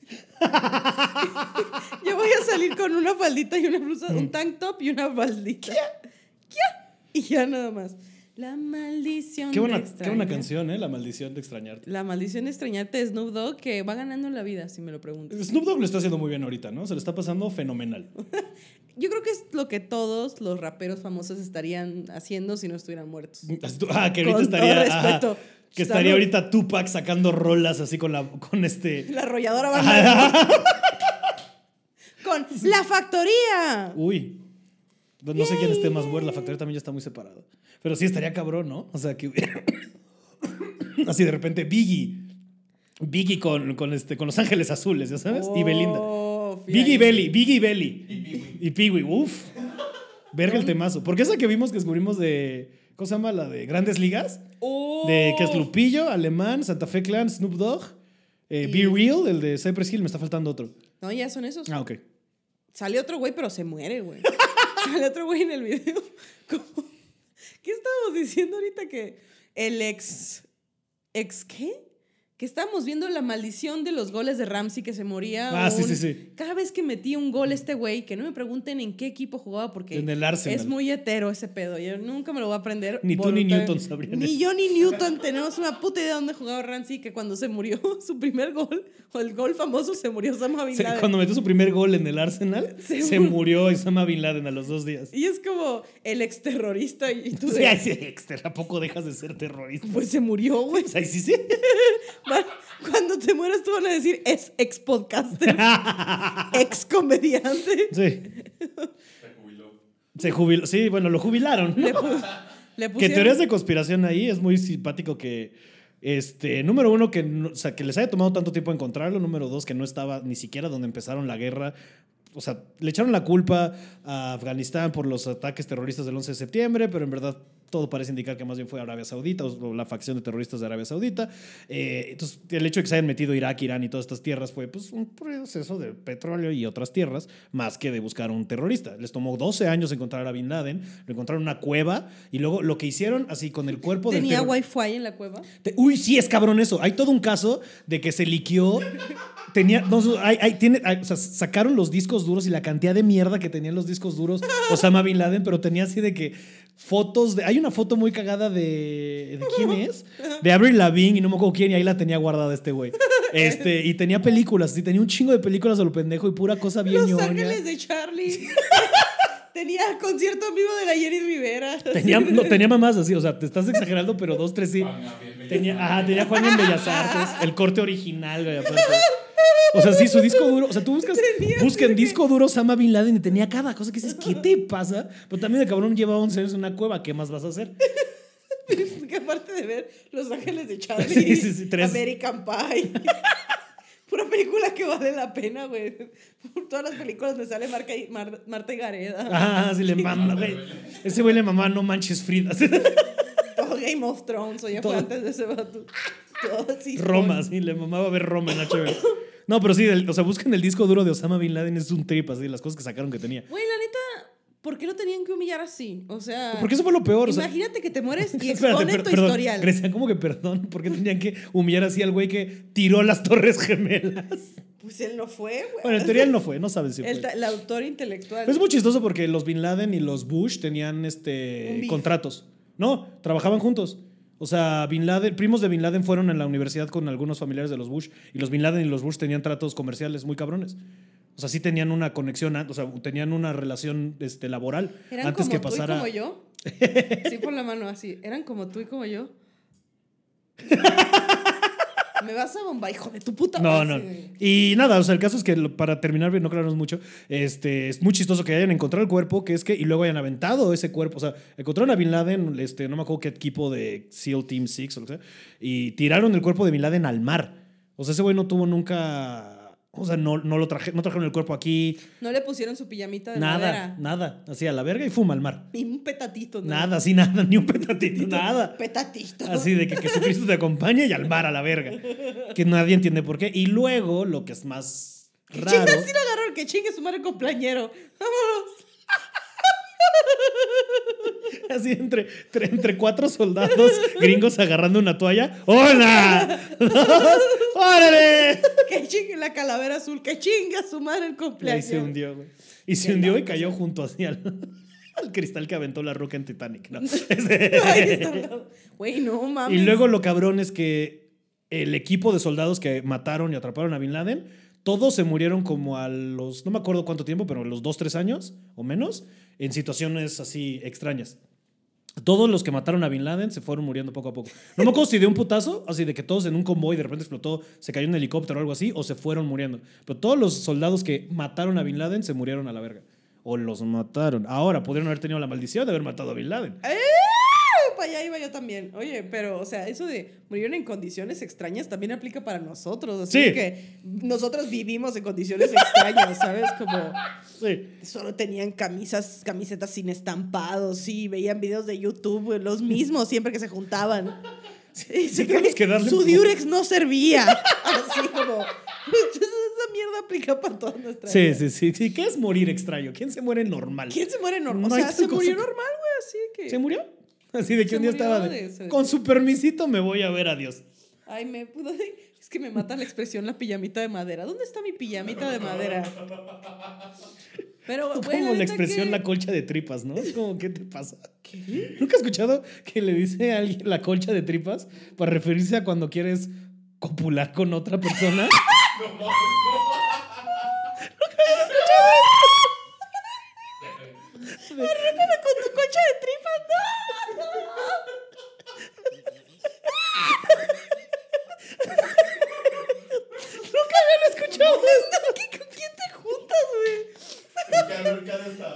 Speaker 2: Yo voy a salir con una faldita y una blusa, un tank top y una faldita. Y ya nada más. La maldición
Speaker 1: Qué buena,
Speaker 2: de
Speaker 1: qué buena
Speaker 2: extrañar.
Speaker 1: canción, ¿eh? La maldición de extrañarte.
Speaker 2: La maldición de extrañarte de Snoop Dogg, que va ganando en la vida, si me lo preguntas.
Speaker 1: Snoop Dogg lo está haciendo muy bien ahorita, ¿no? Se le está pasando fenomenal.
Speaker 2: Yo creo que es lo que todos los raperos famosos estarían haciendo si no estuvieran muertos.
Speaker 1: Ah, que ahorita
Speaker 2: Con
Speaker 1: estaría.
Speaker 2: todo
Speaker 1: ajá,
Speaker 2: respeto.
Speaker 1: que estaría
Speaker 2: Salud.
Speaker 1: ahorita Tupac sacando rolas así con la con este.
Speaker 2: La arrolladora banda. Con La Factoría.
Speaker 1: Uy. Pues no sé quién esté más bueno, la factoría también ya está muy separada. Pero sí estaría cabrón, ¿no? O sea, que hubiera- así de repente Biggie Biggie con, con, este, con Los Ángeles Azules, ¿ya sabes?
Speaker 2: Oh,
Speaker 1: y Belinda.
Speaker 2: fíjate.
Speaker 1: Biggie Belly, Biggie Belly.
Speaker 3: Y Pee-wee.
Speaker 1: Y Pee-wee, uff. Verga el temazo. Porque esa que vimos que descubrimos de. ¿Cómo se llama? La de Grandes Ligas.
Speaker 2: Oh.
Speaker 1: De que es Lupillo, Alemán, Santa Fe Clan, Snoop Dogg. Eh,
Speaker 2: Y-
Speaker 1: Be Real, el de Cypress Hill, me está faltando otro.
Speaker 2: No, ya son esos.
Speaker 1: Ah, ok.
Speaker 2: Sale otro güey, pero se muere, güey. Sale otro güey en el video. ¿Cómo? ¿Qué estábamos diciendo ahorita? Que el ex... ¿Ex qué? Que estábamos viendo la maldición de los goles de Ramsey, que se moría.
Speaker 1: Ah, sí,
Speaker 2: un-
Speaker 1: sí, sí.
Speaker 2: Cada vez que metía un gol este güey, que no me pregunten en qué equipo jugaba, porque
Speaker 1: En el Arsenal.
Speaker 2: es muy hetero ese pedo. Yo nunca me lo voy a aprender.
Speaker 1: Ni tú ni
Speaker 2: voluntario-
Speaker 1: Newton sabrían
Speaker 2: Ni
Speaker 1: eso.
Speaker 2: yo ni Newton tenemos una puta idea de dónde jugaba Ramsey, que cuando se murió su primer gol, o el gol famoso, se murió Osama Bin
Speaker 1: Se-
Speaker 2: Laden.
Speaker 1: cuando metió su primer gol en el Arsenal,
Speaker 2: Se
Speaker 1: se,
Speaker 2: murió.
Speaker 1: murió Osama Bin Laden a los dos días.
Speaker 2: Y es como el exterrorista y tú
Speaker 1: Sí,
Speaker 2: de,
Speaker 1: ay, sí, Exter, ¿a poco dejas de ser terrorista?
Speaker 2: pues se murió, güey.
Speaker 1: Pues ahí sí, sí.
Speaker 2: Va- Cuando te mueras tú van a decir es ex podcaster, ex comediante.
Speaker 1: Sí.
Speaker 3: Se jubiló.
Speaker 1: Se jubiló. Sí, bueno, lo jubilaron.
Speaker 2: Le, pu- le
Speaker 1: Que
Speaker 2: pusieron-
Speaker 1: teorías de conspiración ahí es muy simpático que, este, número uno, que, no- o sea, que les haya tomado tanto tiempo encontrarlo. Número dos, que no estaba ni siquiera donde empezaron la guerra. O sea, le echaron la culpa a Afganistán por los ataques terroristas del once de septiembre, pero en verdad todo parece indicar que más bien fue Arabia Saudita o la facción de terroristas de Arabia Saudita. Eh, entonces, el hecho de que se hayan metido Irak, Irán y todas estas tierras fue pues, un proceso de petróleo y otras tierras, más que de buscar un terrorista. Les tomó doce años encontrar a Bin Laden, lo encontraron en una cueva y luego lo que hicieron así con el cuerpo del
Speaker 2: ¿Tenía
Speaker 1: terror-
Speaker 2: wifi en la cueva?
Speaker 1: te- Uy, sí, es cabrón eso. Hay todo un caso de que se liqueó. Tenía, no, hay, hay- tiene, hay- o sea, sacaron los discos duros y la cantidad de mierda que tenían los discos duros Osama Bin Laden, pero tenía así de que fotos de. Hay una foto muy cagada de. ¿De quién es? De Avril Lavigne y no me acuerdo quién, y ahí la tenía guardada este güey. Este, y tenía películas, sí, tenía un chingo de películas a lo pendejo y pura cosa bien
Speaker 2: Los
Speaker 1: ñoña.
Speaker 2: Ángeles de Charlie. Tenía concierto en vivo de la Jenny Rivera.
Speaker 1: Tenía, no, tenía mamás así, o sea, te estás exagerando, pero dos, tres sí.
Speaker 3: Juan Gabriel Bellas
Speaker 1: Tenía, ajá,
Speaker 3: Artes.
Speaker 1: tenía Juan en Bellas Artes, el corte original, güey, aparte. O sea, sí, su disco duro. O sea, tú buscas,
Speaker 2: Tenía-
Speaker 1: buscan disco duro Osama Bin Laden y tenía cada cosa que dices, ¿qué te pasa? Pero también el cabrón lleva once años en una cueva, ¿qué más vas a hacer?
Speaker 2: Que aparte de ver Los Ángeles de Charlie,
Speaker 1: Sí, sí, sí, tres.
Speaker 2: American Pie. Pura película que vale la pena, güey. Por todas las películas me sale Marca y- Mar- Marta y Gareda.
Speaker 1: Ah, sí le mama, güey. Ese güey le mamá, no manches Frida.
Speaker 2: Todo Game of Thrones, oye, fue
Speaker 1: Todo.
Speaker 2: antes de ese vato. Todo así.
Speaker 1: Roma, sí, le mamaba ver Roma en H B O. No, pero sí, el- o sea, busquen el disco duro de Osama Bin Laden, es un trip, así, las cosas que sacaron que tenía.
Speaker 2: Güey, la neta, ¿por qué lo tenían que humillar así? O sea.
Speaker 1: Porque eso fue lo peor, o sea.
Speaker 2: Imagínate que te mueres y
Speaker 1: Espérate,
Speaker 2: exponen
Speaker 1: per-
Speaker 2: tu
Speaker 1: perdón,
Speaker 2: historial.
Speaker 1: Grecia, ¿cómo que perdón? ¿Por qué tenían que humillar así al güey que tiró las Torres Gemelas?
Speaker 2: Pues él no fue, güey.
Speaker 1: Bueno, en teoría él no fue, no saben si fue.
Speaker 2: El, ta- el autor intelectual.
Speaker 1: Pero es muy chistoso porque los Bin Laden y los Bush tenían
Speaker 2: Un
Speaker 1: este
Speaker 2: beef.
Speaker 1: contratos. No, trabajaban juntos. O sea, Bin Laden, primos de Bin Laden fueron en la universidad con algunos familiares de los Bush y los Bin Laden y los Bush tenían tratos comerciales muy cabrones. O sea, sí tenían una conexión, an- o sea, tenían una relación este, laboral
Speaker 2: Eran
Speaker 1: antes
Speaker 2: como
Speaker 1: que
Speaker 2: tú
Speaker 1: pasara.
Speaker 2: y como yo. Sí, por la mano así. Eran como tú y como yo. Me vas a bomba, hijo de tu puta
Speaker 1: No,
Speaker 2: madre.
Speaker 1: no. Y nada, o sea, el caso es que lo- para terminar, no aclararnos mucho, este, es muy chistoso que hayan encontrado el cuerpo, que es que, y luego hayan aventado ese cuerpo. O sea, encontraron a Bin Laden, este, no me acuerdo qué equipo de SEAL Team seis o lo que sea, y tiraron el cuerpo de Bin Laden al mar. O sea, ese güey no tuvo nunca. O sea, no, no lo traje, no trajeron el cuerpo aquí.
Speaker 2: No le pusieron su pijamita de
Speaker 1: Nada,
Speaker 2: madera.
Speaker 1: nada. Así a la verga y fuma al mar.
Speaker 2: Ni un petatito. ¿no?
Speaker 1: Nada, así nada, ni un petatito, nada.
Speaker 2: Petatito.
Speaker 1: Así de que Jesucristo te acompañe y al mar a la verga. Que nadie entiende por qué. Y luego, lo que es más
Speaker 2: Que
Speaker 1: raro.
Speaker 2: chinga, sí lo agarraron, que chingue su madre compañero. Vámonos.
Speaker 1: Así entre, entre, entre cuatro soldados gringos agarrando una toalla. ¡Hola! ¡Dos! ¡Órale!
Speaker 2: Que chingue la calavera azul. Que chinga su madre el
Speaker 1: Y ahí
Speaker 2: cumpleaños.
Speaker 1: se hundió, güey. Y se
Speaker 2: Qué
Speaker 1: hundió y
Speaker 2: loco,
Speaker 1: cayó
Speaker 2: sí.
Speaker 1: junto así al, al cristal que aventó la roca en Titanic. ¿no?
Speaker 2: Ay, está- Güey, no mames.
Speaker 1: Y luego lo cabrón es que el equipo de soldados que mataron y atraparon a Bin Laden, todos se murieron como a los, no me acuerdo cuánto tiempo, pero a los dos, tres años o menos, en situaciones así extrañas. Todos los que mataron a Bin Laden se fueron muriendo poco a poco. No me acuerdo si de un putazo, así de que todos en un convoy de repente explotó, se cayó un helicóptero o algo así, o se fueron muriendo. Pero todos los soldados que mataron a Bin Laden se murieron a la verga. O los mataron. Ahora, pudieron haber tenido la maldición de haber matado a Bin Laden.
Speaker 2: ¡Eh! para allá iba yo también. Oye, pero, o sea, eso de morir en condiciones extrañas también aplica para nosotros. Así
Speaker 1: Sí.
Speaker 2: que nosotros vivimos en condiciones extrañas, ¿sabes? Como
Speaker 1: Sí.
Speaker 2: solo tenían camisas, camisetas sin estampados, sí, veían videos de YouTube, güey, los mismos siempre que se juntaban.
Speaker 1: Sí, sí tenemos que darle
Speaker 2: Su
Speaker 1: un-
Speaker 2: diurex no servía. Así como, esa mierda aplica para toda nuestra
Speaker 1: Sí,
Speaker 2: vida.
Speaker 1: sí, sí, sí. ¿Qué es morir extraño? ¿Quién se muere normal?
Speaker 2: ¿Quién se muere normal?
Speaker 1: No
Speaker 2: O
Speaker 1: hay
Speaker 2: sea,
Speaker 1: tal
Speaker 2: se murió
Speaker 1: cosa.
Speaker 2: normal, güey, así que...
Speaker 1: ¿Se murió? Así de que
Speaker 2: Se
Speaker 1: un día
Speaker 2: murió
Speaker 1: estaba de,
Speaker 2: de- se-
Speaker 1: con su permisito me voy a ver a Dios.
Speaker 2: Ay, me pudo... Es que me mata la expresión la pijamita de madera. ¿Dónde está mi pijamita de madera? Pero, güey,
Speaker 1: Como la
Speaker 2: neta
Speaker 1: expresión
Speaker 2: que-
Speaker 1: la colcha de tripas, ¿no? Es como, ¿qué te pasa?
Speaker 2: ¿Qué?
Speaker 1: ¿Nunca has escuchado que le dice a alguien la colcha de tripas para referirse a cuando quieres copular con otra persona?
Speaker 2: Arrópame con tu cocha de tripas, no.
Speaker 1: Nunca habían escuchado esto.
Speaker 2: ¿Qué- ¿Con quién te juntas, güey?
Speaker 3: Ricardo, Ricardo está.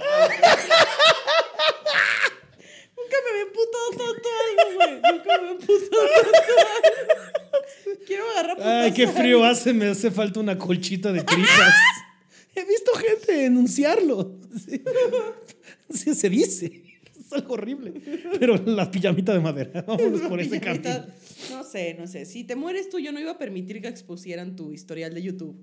Speaker 2: Nunca me había emputado tanto algo, güey. Nunca me había emputado tanto algo. Quiero agarrar
Speaker 1: Ay, qué
Speaker 2: putazos.
Speaker 1: frío hace, me hace falta una colchita de tripas. He visto gente denunciarlo. Sí, Sí, se dice. Es algo horrible. Pero la pijamita de madera. Vámonos por ese
Speaker 2: Pijamita-
Speaker 1: camino.
Speaker 2: No sé, no sé. Si te mueres tú, yo no iba a permitir que expusieran tu historial de YouTube.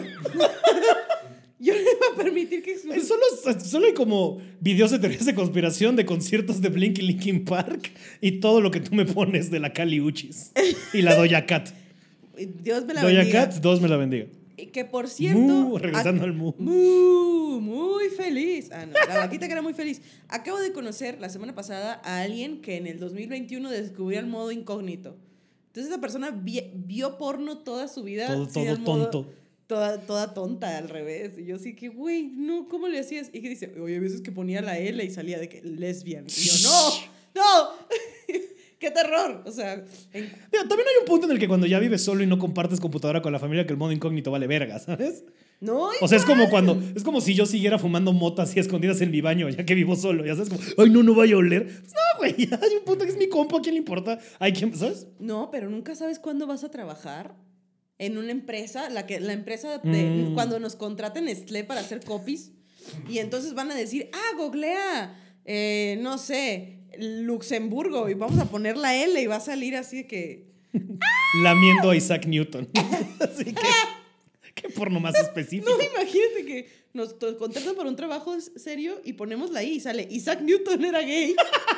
Speaker 2: Yo no iba a permitir que
Speaker 1: Ay,
Speaker 2: expusieran.
Speaker 1: Solo, solo hay como videos de teorías de conspiración de conciertos de Blink y Linkin Park y todo lo que tú me pones de la Kali Uchis y la Doja Cat.
Speaker 2: Dios me la
Speaker 1: Doja
Speaker 2: bendiga.
Speaker 1: Cat, dos me la bendiga.
Speaker 2: Y que por cierto.
Speaker 1: Mu, regresando
Speaker 2: ac-
Speaker 1: al mu.
Speaker 2: Mu, muy feliz. Ah, no, la vaquita que era muy feliz. Acabo de conocer la semana pasada a alguien que en el dos mil veintiuno descubrió el modo incógnito. Entonces esa persona vi- vio porno toda su vida.
Speaker 1: Todo,
Speaker 2: sin
Speaker 1: todo
Speaker 2: el modo-
Speaker 1: tonto.
Speaker 2: Toda, toda tonta al revés. Y yo sí que, güey, no, ¿cómo le hacías? Y que dice, oye, a veces que ponía la L y salía de que lesbian. Y yo, no, no. ¡Qué terror! O sea, en-
Speaker 1: Mira, también hay un punto en el que cuando ya vives solo y no compartes computadora con la familia, que el modo incógnito vale verga, ¿sabes?
Speaker 2: no.
Speaker 1: O sea, es como cuando, es como si yo siguiera fumando motas y escondidas en mi baño, ya que vivo solo, ya sabes, como, ay, no, no vaya a oler. Pues no, güey, ya hay un punto que es mi compa, ¿a quién le importa? Hay quien, ¿sabes?
Speaker 2: No, pero nunca sabes cuándo vas a trabajar en una empresa, la que la empresa de
Speaker 1: Mm.
Speaker 2: cuando nos contraten Nestlé para hacer copies y entonces van a decir, "Ah, googlea eh, no sé, Luxemburgo y vamos a poner la L y va a salir así de que
Speaker 1: Lamiendo a Isaac Newton. Así que, qué porno más específico.
Speaker 2: no, imagínate que nos to- contratan para un trabajo serio y ponemos la I y sale Isaac Newton era gay."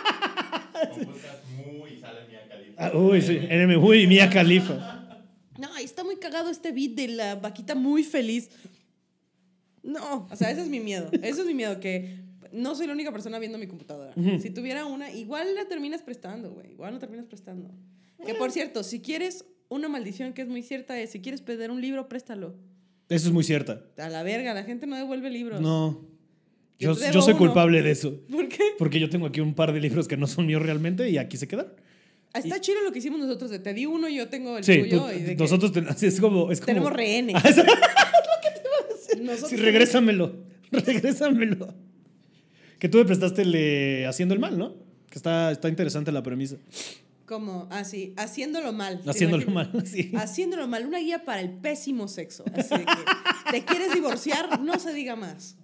Speaker 3: Buscas muy y sale Mia Khalifa.
Speaker 1: Ah, uy, sí, N M, uy, Mia Khalifa.
Speaker 2: No, ahí está muy cagado este beat de la vaquita muy feliz. No, o sea, ese es mi miedo. Ese es mi miedo, que no soy la única persona viendo mi computadora.
Speaker 1: Ujú.
Speaker 2: Si tuviera una, igual la terminas prestando, güey. Igual la terminas prestando. Que por cierto, si quieres una maldición que es muy cierta es, si quieres pedir un libro, préstalo.
Speaker 1: Eso es muy cierta.
Speaker 2: A la verga, la gente no devuelve libros.
Speaker 1: No.
Speaker 2: Yo
Speaker 1: Yo,
Speaker 2: te debo
Speaker 1: yo soy
Speaker 2: uno.
Speaker 1: culpable de eso.
Speaker 2: ¿Por qué?
Speaker 1: Porque yo tengo aquí un par de libros que no son míos realmente y aquí se quedan.
Speaker 2: Ah, Está chido lo que hicimos nosotros. De te di uno y yo tengo el
Speaker 1: Sí,
Speaker 2: tuyo.
Speaker 1: tú-
Speaker 2: y de que
Speaker 1: nosotros ten- así es como, es como-
Speaker 2: tenemos rehenes.
Speaker 1: Ah, es-
Speaker 2: Nosotros
Speaker 1: Sí, regrésamelo. Regrésamelo. Que tú me prestaste el de Haciendo el Mal, ¿no? Que está, está interesante la premisa.
Speaker 2: Como, así, haciéndolo mal. ¿te
Speaker 1: Haciéndolo
Speaker 2: imaginas?
Speaker 1: mal, sí.
Speaker 2: Haciéndolo mal, una guía para el pésimo sexo. Así de que te quieres divorciar, no se diga más.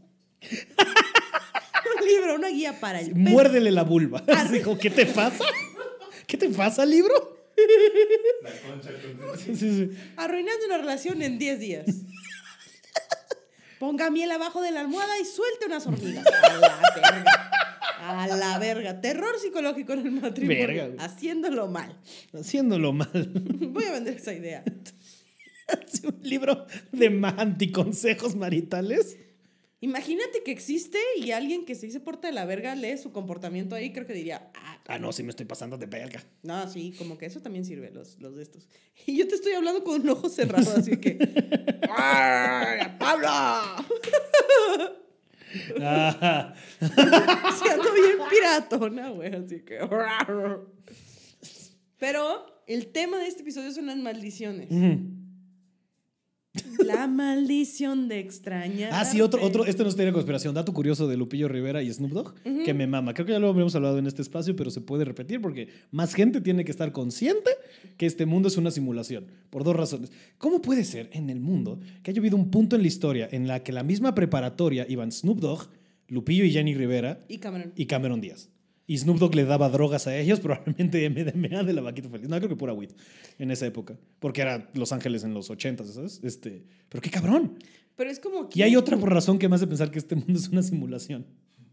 Speaker 2: Un libro, una guía para el pésimo.
Speaker 1: Muérdele la vulva. Así como, ¿qué te pasa? ¿Qué te pasa, libro?
Speaker 3: La concha con
Speaker 1: Sí, sí.
Speaker 2: Arruinando una relación en diez días. Ponga miel abajo de la almohada y suelte unas hormigas. A la verga. A la verga. Terror psicológico en el matrimonio.
Speaker 1: Verga, güey.
Speaker 2: Haciéndolo mal.
Speaker 1: Haciéndolo mal.
Speaker 2: Voy a vender esa idea.
Speaker 1: Es un libro de ma- anticonsejos maritales.
Speaker 2: Imagínate que existe y alguien que se dice porta de la verga lee su comportamiento ahí, creo que diría, ah,
Speaker 1: Ah, no, sí me estoy pasando de verga.
Speaker 2: no, sí, como que eso también sirve, los, los de estos. Y yo te estoy hablando con un ojo cerrado, así que, ¡ah, ¡Pablo!
Speaker 1: Ah,
Speaker 2: Sí, ando bien piratona, güey, así que... Pero el tema de este episodio son las maldiciones.
Speaker 1: ujú.
Speaker 2: La maldición de extrañar.
Speaker 1: Ah, sí, otro, otro, este no es teoría de conspiración. Dato curioso de Lupillo Rivera y Snoop Dogg,
Speaker 2: Ujú.
Speaker 1: que me mama. Creo que ya lo habíamos hablado en este espacio, pero se puede repetir porque más gente tiene que estar consciente que este mundo es una simulación. Por dos razones. ¿Cómo puede ser en el mundo que haya habido un punto en la historia en la que la misma preparatoria iban Snoop Dogg, Lupillo y Jenny Rivera
Speaker 2: Y Cameron.
Speaker 1: y Cameron Díaz? Y Snoop Dogg le daba drogas a ellos, probablemente M D M A de la vaquita feliz. No, creo que pura weed en esa época. Porque era Los Ángeles en los ochentas, ¿sabes? Este, pero qué cabrón.
Speaker 2: Pero es como que...
Speaker 1: Y hay otra por razón que me hace pensar que este mundo es una simulación.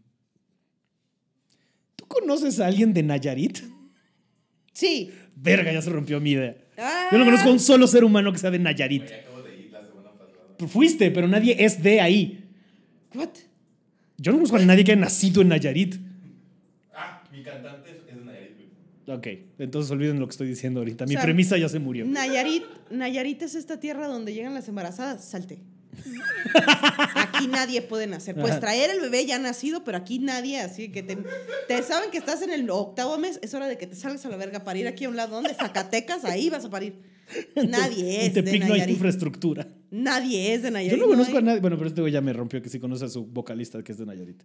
Speaker 1: ¿Tú conoces a alguien de Nayarit?
Speaker 2: Sí.
Speaker 1: Verga, ya se rompió mi idea.
Speaker 2: Ah.
Speaker 1: Yo no conozco a un solo ser humano que sea de Nayarit.
Speaker 3: Oye, acabo de ir la semana pasada.
Speaker 1: Fuiste, pero nadie es de ahí.
Speaker 2: What?
Speaker 1: Yo no conozco a nadie que haya nacido en Nayarit.
Speaker 3: Ah, mi cantante es de Nayarit, güey.
Speaker 1: Ok, entonces olviden lo que estoy diciendo ahorita. Mi
Speaker 2: O sea,
Speaker 1: premisa ya se murió.
Speaker 2: Nayarit, Nayarit es esta tierra donde llegan las embarazadas. Salte. Aquí nadie puede nacer. Puedes
Speaker 1: Ajá.
Speaker 2: traer el bebé ya nacido, pero aquí nadie, así que te, te saben que estás en el octavo mes, es hora de que te salgas a la verga para ir aquí a un lado donde Zacatecas, ahí vas a parir. Nadie
Speaker 1: En
Speaker 2: es de
Speaker 1: Tepic no hay
Speaker 2: Nayarit.
Speaker 1: infraestructura.
Speaker 2: Nadie es de
Speaker 1: Yo
Speaker 2: Nayarit.
Speaker 1: no conozco
Speaker 2: hay-
Speaker 1: a nadie. Bueno, pero este güey ya me rompió que sí conoce a su vocalista que es de Nayarit.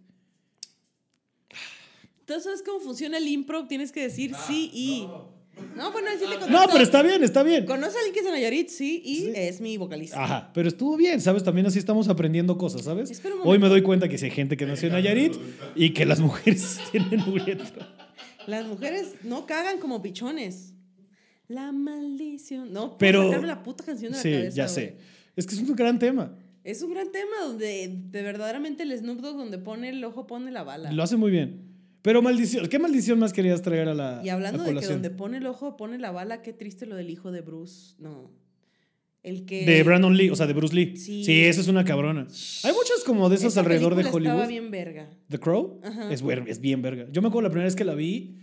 Speaker 2: ¿Tú sabes cómo funciona el improv? Tienes que decir
Speaker 3: Ah,
Speaker 2: sí y...
Speaker 3: no.
Speaker 2: No, bueno, él sí le
Speaker 1: No,
Speaker 2: contestó.
Speaker 1: pero está bien, está bien.
Speaker 2: ¿Conoce a alguien que es de Nayarit? Sí, y
Speaker 1: Sí.
Speaker 2: es mi vocalista.
Speaker 1: Ajá, pero estuvo bien, ¿sabes? También así estamos aprendiendo cosas, ¿sabes?
Speaker 2: Espera un
Speaker 1: Hoy
Speaker 2: momento.
Speaker 1: me doy cuenta que sí hay gente que nació en Nayarit y que las mujeres tienen uretra.
Speaker 2: Las mujeres no cagan como pichones. La maldición. No, puedo
Speaker 1: Pero-
Speaker 2: sacarme la puta canción de la
Speaker 1: Sí,
Speaker 2: cabeza.
Speaker 1: ya
Speaker 2: güey.
Speaker 1: sé. Es que es un gran tema.
Speaker 2: Es un gran tema donde de verdaderamente el Snoop Dogg donde pone el ojo pone la bala.
Speaker 1: Lo hace muy bien. Pero maldición, ¿qué maldición más querías traer a la
Speaker 2: Y hablando
Speaker 1: a
Speaker 2: de que
Speaker 1: colación?
Speaker 2: donde pone el ojo pone la bala, qué triste lo del hijo de Bruce. No. El que...
Speaker 1: De Brandon Lee, o sea, de Bruce Lee.
Speaker 2: Sí.
Speaker 1: Sí, esa es una cabrona. Hay muchas como de esas
Speaker 2: Esa
Speaker 1: alrededor de
Speaker 2: película
Speaker 1: Hollywood.
Speaker 2: Estaba bien verga.
Speaker 1: The Crow
Speaker 2: Ajá.
Speaker 1: es, buer- es bien verga. Yo me acuerdo la primera vez que la vi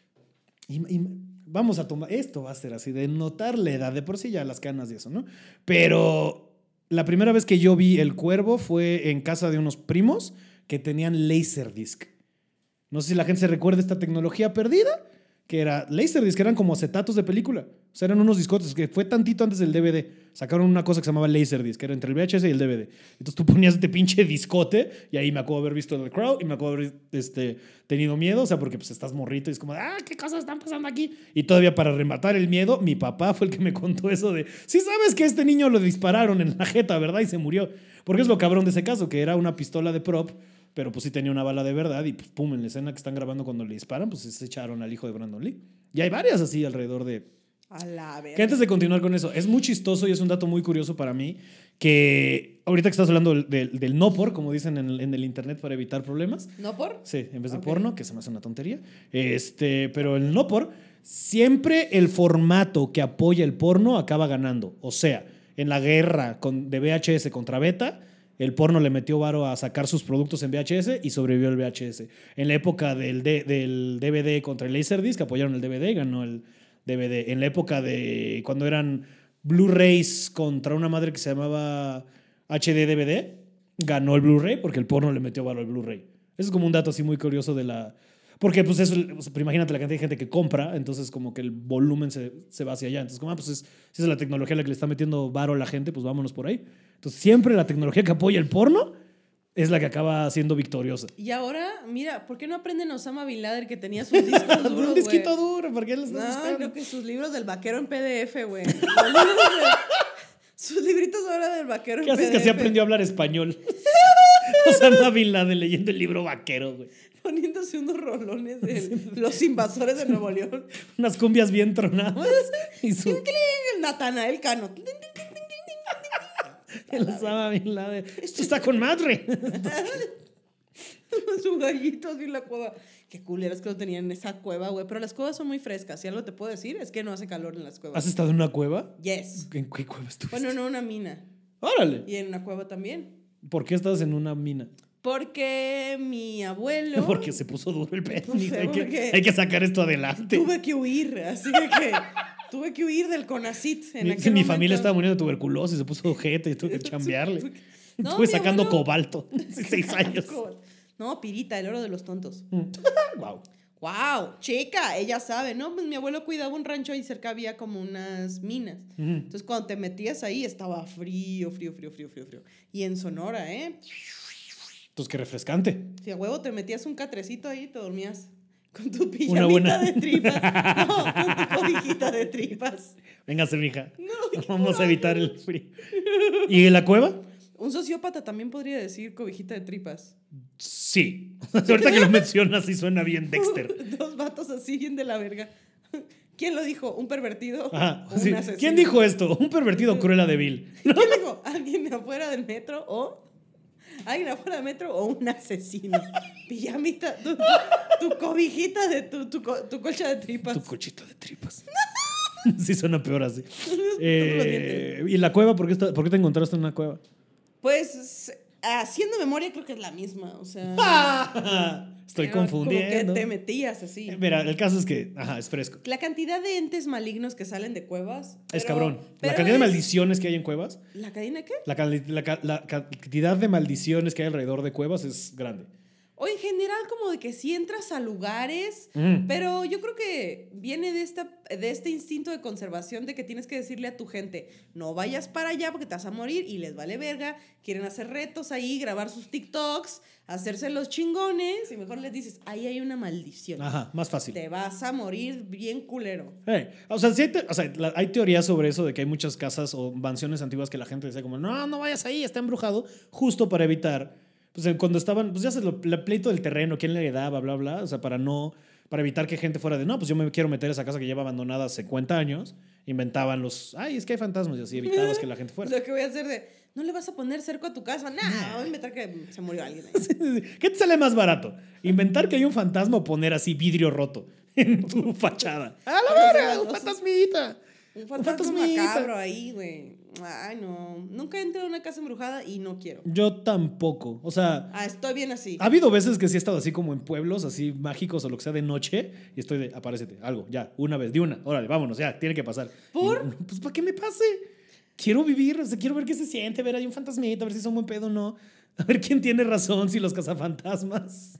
Speaker 1: y, y vamos a tomar, esto va a ser así, de notar la edad, de por sí ya las canas y eso, ¿no? Pero la primera vez que yo vi El Cuervo fue en casa de unos primos que tenían Laserdisc. No sé si la gente se recuerda esta tecnología perdida, que era Laserdisc, eran como acetatos de película. O sea, eran unos discotes, que fue tantito antes del D V D. Sacaron una cosa que se llamaba Laserdisc, que era entre el V H S y el D V D. Entonces tú ponías este pinche discote y ahí me acuerdo haber visto The Crow y me acuerdo haber este, tenido miedo, o sea, porque pues estás morrito y es como, ah, ¿qué cosas están pasando aquí? Y todavía para rematar el miedo, mi papá fue el que me contó eso de, sí sabes que a este niño lo dispararon en la jeta, ¿verdad? Y se murió. Porque es lo cabrón de ese caso, que era una pistola de prop, pero pues sí tenía una bala de verdad y pues pum, en la escena que están grabando cuando le disparan, pues se echaron al hijo de Brandon Lee. Y hay varias así alrededor de...
Speaker 2: A la verga.
Speaker 1: Que antes de continuar con eso, es muy chistoso y es un dato muy curioso para mí que ahorita que estás hablando del, del, del no por, como dicen en el, en el internet para evitar problemas,
Speaker 2: ¿No por?
Speaker 1: sí, en vez de
Speaker 2: Ok.
Speaker 1: porno, que se me hace una tontería, este, pero el no por, siempre el formato que apoya el porno acaba ganando. O sea, en la guerra con, de V H S contra Beta, el porno le metió varo a sacar sus productos en V H S y sobrevivió el V H S. En la época del, D- del D V D contra el Laserdisc, apoyaron el D V D y ganó el D V D. En la época de cuando eran Blu-rays contra una madre que se llamaba H D D V D, ganó el Blu-ray porque el porno le metió varo al Blu-ray. Eso es como un dato así muy curioso de la... Porque pues eso, o sea, pero imagínate la cantidad de gente que compra, entonces como que el volumen se, se va hacia allá. Entonces como, ah, pues es, si es la tecnología la que le está metiendo varo a la gente, pues vámonos por ahí. Entonces siempre la tecnología que apoya el porno es la que acaba siendo victoriosa.
Speaker 2: Y ahora, mira, ¿por qué no aprenden a Osama Bin Laden que tenía sus discos duros,
Speaker 1: Un
Speaker 2: güey?
Speaker 1: disquito duro, ¿por qué lo estás
Speaker 2: No,
Speaker 1: buscando?
Speaker 2: creo que sus libros del vaquero en P D F, güey. Los libros de- Sus libritos ahora del vaquero en
Speaker 1: ¿Qué haces
Speaker 2: P
Speaker 1: que
Speaker 2: D
Speaker 1: así
Speaker 2: F.
Speaker 1: aprendió a hablar español? Osama Bin Laden leyendo el libro vaquero, güey.
Speaker 2: Poniéndose unos rolones de los invasores de Nuevo León.
Speaker 1: Unas cumbias bien tronadas. Y su,
Speaker 2: El Natanael Cano.
Speaker 1: el Osama Bin Laden. Esto está con madre.
Speaker 2: Su gallito así en la cueva. Qué culeros que lo tenían en esa cueva, güey. Pero las cuevas son muy frescas. Si algo te puedo decir es que no hace calor en las cuevas.
Speaker 1: ¿Has estado en una cueva?
Speaker 2: Yes.
Speaker 1: ¿En qué cueva estuviste?
Speaker 2: Bueno, no, una mina.
Speaker 1: Órale.
Speaker 2: Y en una cueva también.
Speaker 1: ¿Por qué estás en una mina?
Speaker 2: Porque mi abuelo...
Speaker 1: Porque se puso duro el pedo.
Speaker 2: No
Speaker 1: mijo.
Speaker 2: sé
Speaker 1: hay,
Speaker 2: por qué.
Speaker 1: que, hay que sacar esto adelante.
Speaker 2: Tuve que huir, así de que tuve que huir del CONACYT en
Speaker 1: Mi,
Speaker 2: aquel
Speaker 1: mi
Speaker 2: momento.
Speaker 1: familia estaba muriendo de tuberculosis, se puso ojete y tuve que chambearle.
Speaker 2: No,
Speaker 1: Estuve
Speaker 2: mi
Speaker 1: sacando
Speaker 2: abuelo-
Speaker 1: cobalto. Seis años.
Speaker 2: No, pirita, el oro de los tontos.
Speaker 1: Wow.
Speaker 2: wow, chica, ella sabe, ¿no? Pues mi abuelo cuidaba un rancho y cerca había como unas minas.
Speaker 1: Ujú.
Speaker 2: Entonces cuando te metías ahí estaba frío, frío, frío, frío, frío, frío. Y en Sonora, ¿eh?
Speaker 1: Entonces, qué refrescante.
Speaker 2: Si a huevo te metías un catrecito ahí, te dormías con tu pijamita
Speaker 1: Una buena-
Speaker 2: de tripas. No, con tu cobijita de tripas.
Speaker 1: Véngase, mija.
Speaker 2: No,
Speaker 1: Vamos a evitar el frío. ¿Y en la cueva?
Speaker 2: un sociópata también podría decir cobijita de tripas.
Speaker 1: Sí. Ahorita que lo mencionas, sí suena bien Dexter.
Speaker 2: Dos vatos así bien de la verga. ¿Quién lo dijo? ¿Un pervertido?
Speaker 1: Ajá,
Speaker 2: ¿O un
Speaker 1: sí.
Speaker 2: asesino?
Speaker 1: ¿Quién dijo esto? Un pervertido cruel de Vil.
Speaker 2: ¿Quién dijo? ¿Alguien afuera del metro o...? ¿Alguien afuera del metro o un asesino? Pijamita, tu, tu, tu cobijita de tu, tu, co- tu colcha de tripas.
Speaker 1: Tu cochito de tripas. Sí suena peor así. Eh, ¿Y la cueva? ¿Por qué, está- por qué te encontraste en una cueva?
Speaker 2: Pues, haciendo memoria, creo que es la misma. O sea,
Speaker 1: Estoy
Speaker 2: era
Speaker 1: confundiendo.
Speaker 2: Como que te metías así.
Speaker 1: Eh, Mira, el caso es que, ajá, es fresco.
Speaker 2: La cantidad de entes malignos que salen de cuevas.
Speaker 1: Es
Speaker 2: pero-
Speaker 1: cabrón. La
Speaker 2: pero
Speaker 1: cantidad de
Speaker 2: es-
Speaker 1: maldiciones que hay en cuevas,
Speaker 2: ¿La cadena qué?
Speaker 1: la, cali- la ca- la cantidad de maldiciones que hay alrededor de cuevas es grande.
Speaker 2: O en general, como de que si entras a lugares.
Speaker 1: Mm.
Speaker 2: Pero yo creo que viene de, esta, de este instinto de conservación de que tienes que decirle a tu gente, no vayas para allá porque te vas a morir y les vale verga. Quieren hacer retos ahí, grabar sus TikToks, hacerse los chingones y mejor les dices, ahí hay una maldición.
Speaker 1: Ajá, más fácil.
Speaker 2: Te vas a morir bien culero.
Speaker 1: Eh, o sea, sí hay, te- o sea, la- hay teorías sobre eso de que hay muchas casas o mansiones antiguas que la gente decía como, no, no vayas ahí, está embrujado, justo para evitar, pues eh, cuando estaban, pues ya se lo, el pleito del terreno, quién le heredaba, bla, bla, o sea, para no, para evitar que gente fuera de, no, pues yo me quiero meter a esa casa que lleva abandonada hace cincuenta años, inventaban los, ay, es que hay fantasmas y así evitabas que la gente fuera.
Speaker 2: Lo que voy a hacer de, ¿no le vas a poner cerco a tu casa? Nah, voy a inventar que se murió alguien ahí.
Speaker 1: ¿Qué te sale más barato? ¿Inventar que hay un fantasma o poner así vidrio roto en tu fachada? ¡A la verga! ¡Un fantasmita!
Speaker 2: Un fantasma macabro ahí, güey. Ay, no. Nunca he entrado a una casa embrujada y no quiero.
Speaker 1: Yo tampoco. O sea,
Speaker 2: Ah, estoy bien así.
Speaker 1: ha habido veces que sí he estado así como en pueblos, así mágicos o lo que sea de noche, y estoy de, aparécete, algo, ya, una vez, de una, órale, vámonos, ya, tiene que pasar.
Speaker 2: ¿Por?
Speaker 1: Y, pues, ¿para qué me pase? Quiero vivir, o sea, quiero ver qué se siente, ver ahí un fantasmita, a ver si son buen pedo o no, a ver quién tiene razón, si los cazafantasmas,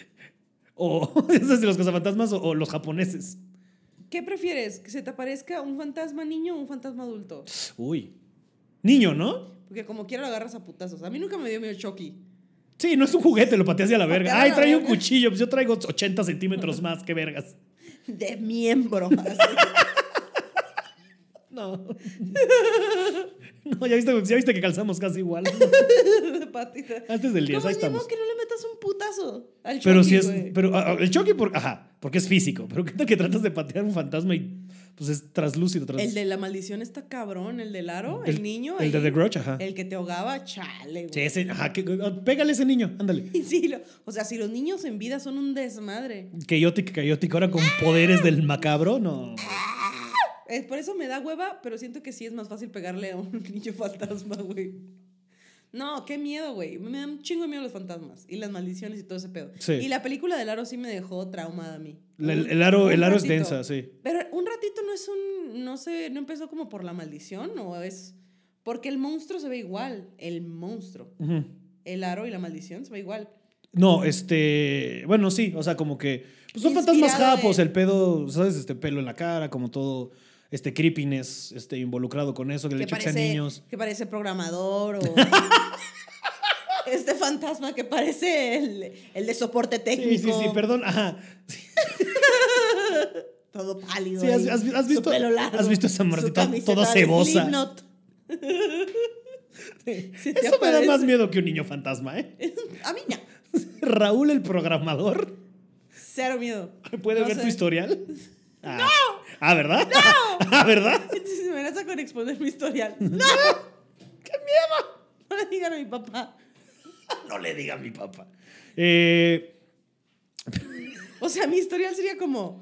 Speaker 1: o si los cazafantasmas o, o los japoneses.
Speaker 2: ¿Qué prefieres? ¿Que se te aparezca un fantasma niño o un fantasma adulto?
Speaker 1: Uy. Niño, ¿no?
Speaker 2: Porque como quiera lo agarras a putazos. A mí nunca me dio miedo Chucky.
Speaker 1: Sí, no es un juguete, lo pateas a la verga.
Speaker 2: Patear a
Speaker 1: Ay,
Speaker 2: la
Speaker 1: trae un
Speaker 2: verga.
Speaker 1: cuchillo, pues yo traigo ochenta centímetros más, qué vergas.
Speaker 2: De miembro. Así.
Speaker 1: No. No, ya viste, ya viste que calzamos casi igual.
Speaker 2: De patita.
Speaker 1: Antes del diez,
Speaker 2: ¿Cómo
Speaker 1: ahí
Speaker 2: ni modo
Speaker 1: estamos.
Speaker 2: que no le metas un putazo al Chucky,
Speaker 1: Pero si es.
Speaker 2: güey?
Speaker 1: Pero ah, el Chucky, por, ajá, porque es físico. Pero ¿qué tal que tratas de patear un fantasma y pues es traslúcido? Tras,
Speaker 2: El de la maldición está cabrón. El del aro, el,
Speaker 1: el-
Speaker 2: niño.
Speaker 1: El de
Speaker 2: ahí.
Speaker 1: The Grudge, ajá.
Speaker 2: El que te ahogaba, chale, güey.
Speaker 1: Sí, ese, ajá, que- ah, pégale a ese niño, ándale.
Speaker 2: Y sí, lo- o sea, si los niños en vida son un desmadre.
Speaker 1: Chaotic, Chaotic, ahora con poderes del macabro, no.
Speaker 2: Eh, por eso me da hueva, pero siento que sí es más fácil pegarle a un niño fantasma, güey. No, qué miedo, güey. Me dan un chingo de miedo los fantasmas y las maldiciones y todo ese pedo.
Speaker 1: Sí.
Speaker 2: Y la película del aro sí me dejó traumada a mí.
Speaker 1: El,
Speaker 2: Un-
Speaker 1: el aro,
Speaker 2: un
Speaker 1: el aro es
Speaker 2: ratito.
Speaker 1: densa, sí.
Speaker 2: Pero un ratito no es un. No sé, no empezó como por la maldición o es. Porque el monstruo se ve igual. El monstruo.
Speaker 1: Ujú.
Speaker 2: El aro y la maldición se ve igual.
Speaker 1: No, este. Bueno, sí, o sea, como que. Pues son
Speaker 2: Inspirado
Speaker 1: fantasmas japos,
Speaker 2: en-
Speaker 1: el pedo, ¿sabes? Este pelo en la cara, como todo. Este creepiness este, involucrado con eso, que le
Speaker 2: Que
Speaker 1: hecho que sean
Speaker 2: parece,
Speaker 1: niños.
Speaker 2: que parece programador o. Este fantasma que parece el, el de soporte técnico.
Speaker 1: Sí, sí, sí, perdón, ajá.
Speaker 2: Todo pálido.
Speaker 1: Sí, has,
Speaker 2: ahí,
Speaker 1: has- has
Speaker 2: su
Speaker 1: visto,
Speaker 2: pelo largo,
Speaker 1: has visto esa
Speaker 2: su
Speaker 1: morrita
Speaker 2: camiseta
Speaker 1: toda
Speaker 2: de
Speaker 1: cebosa.
Speaker 2: Slipknot. ¿Se te
Speaker 1: Eso me da
Speaker 2: aparece?
Speaker 1: más miedo que un niño fantasma, ¿eh?
Speaker 2: A mí no.
Speaker 1: Raúl, el programador,
Speaker 2: Cero miedo.
Speaker 1: ¿puede
Speaker 2: No
Speaker 1: ver
Speaker 2: sé.
Speaker 1: tu historial? Ah. ¡No! Ah, ¿verdad? ¡No! Ah, ¿verdad?
Speaker 2: Entonces me amenaza con exponer mi historial. ¡No!
Speaker 1: ¡Qué miedo!
Speaker 2: No le digan a mi papá.
Speaker 1: No le diga a mi papá. Eh,
Speaker 2: O sea, mi historial sería como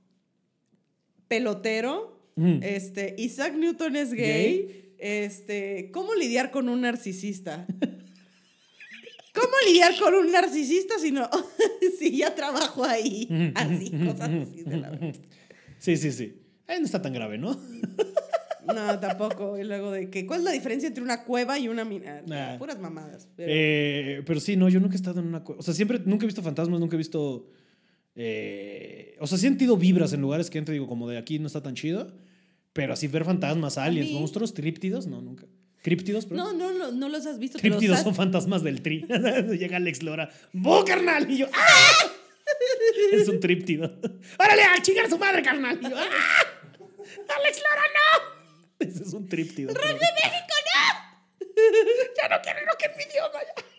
Speaker 2: pelotero,
Speaker 1: Mm.
Speaker 2: este, Isaac Newton es gay, este, ¿cómo lidiar con un narcisista? ¿Cómo lidiar con un narcisista si no, si ya trabajo ahí? Así, cosas así de la verdad.
Speaker 1: sí, sí, sí. Eh, no está tan grave, ¿no?
Speaker 2: No, tampoco. Y luego de que, ¿cuál es la diferencia entre una cueva y una mina?
Speaker 1: Nah.
Speaker 2: Puras mamadas. Pero,
Speaker 1: Eh, pero sí, no, yo nunca he estado en una cueva. O sea, siempre, nunca he visto fantasmas, nunca he visto Eh, o sea, sí he sentido vibras en lugares que entro y digo, como de aquí no está tan chido. Pero así ver fantasmas, aliens,
Speaker 2: mí-
Speaker 1: monstruos, tríptidos, no, nunca. Críptidos, pero.
Speaker 2: No, no, no, no los has visto. te los
Speaker 1: Críptidos
Speaker 2: has-
Speaker 1: son fantasmas del tri. Llega Alex Lora. ¡Bo, carnal! Y yo, ¡ah! Es un tríptido. ¡Órale, a chingar a su madre, carnal! Y yo, ¡ah! ¡Alex Lora, no! Ese es un tríptido.
Speaker 2: ¡Rock de México, no!
Speaker 1: Ya no quiero rock en mi idioma.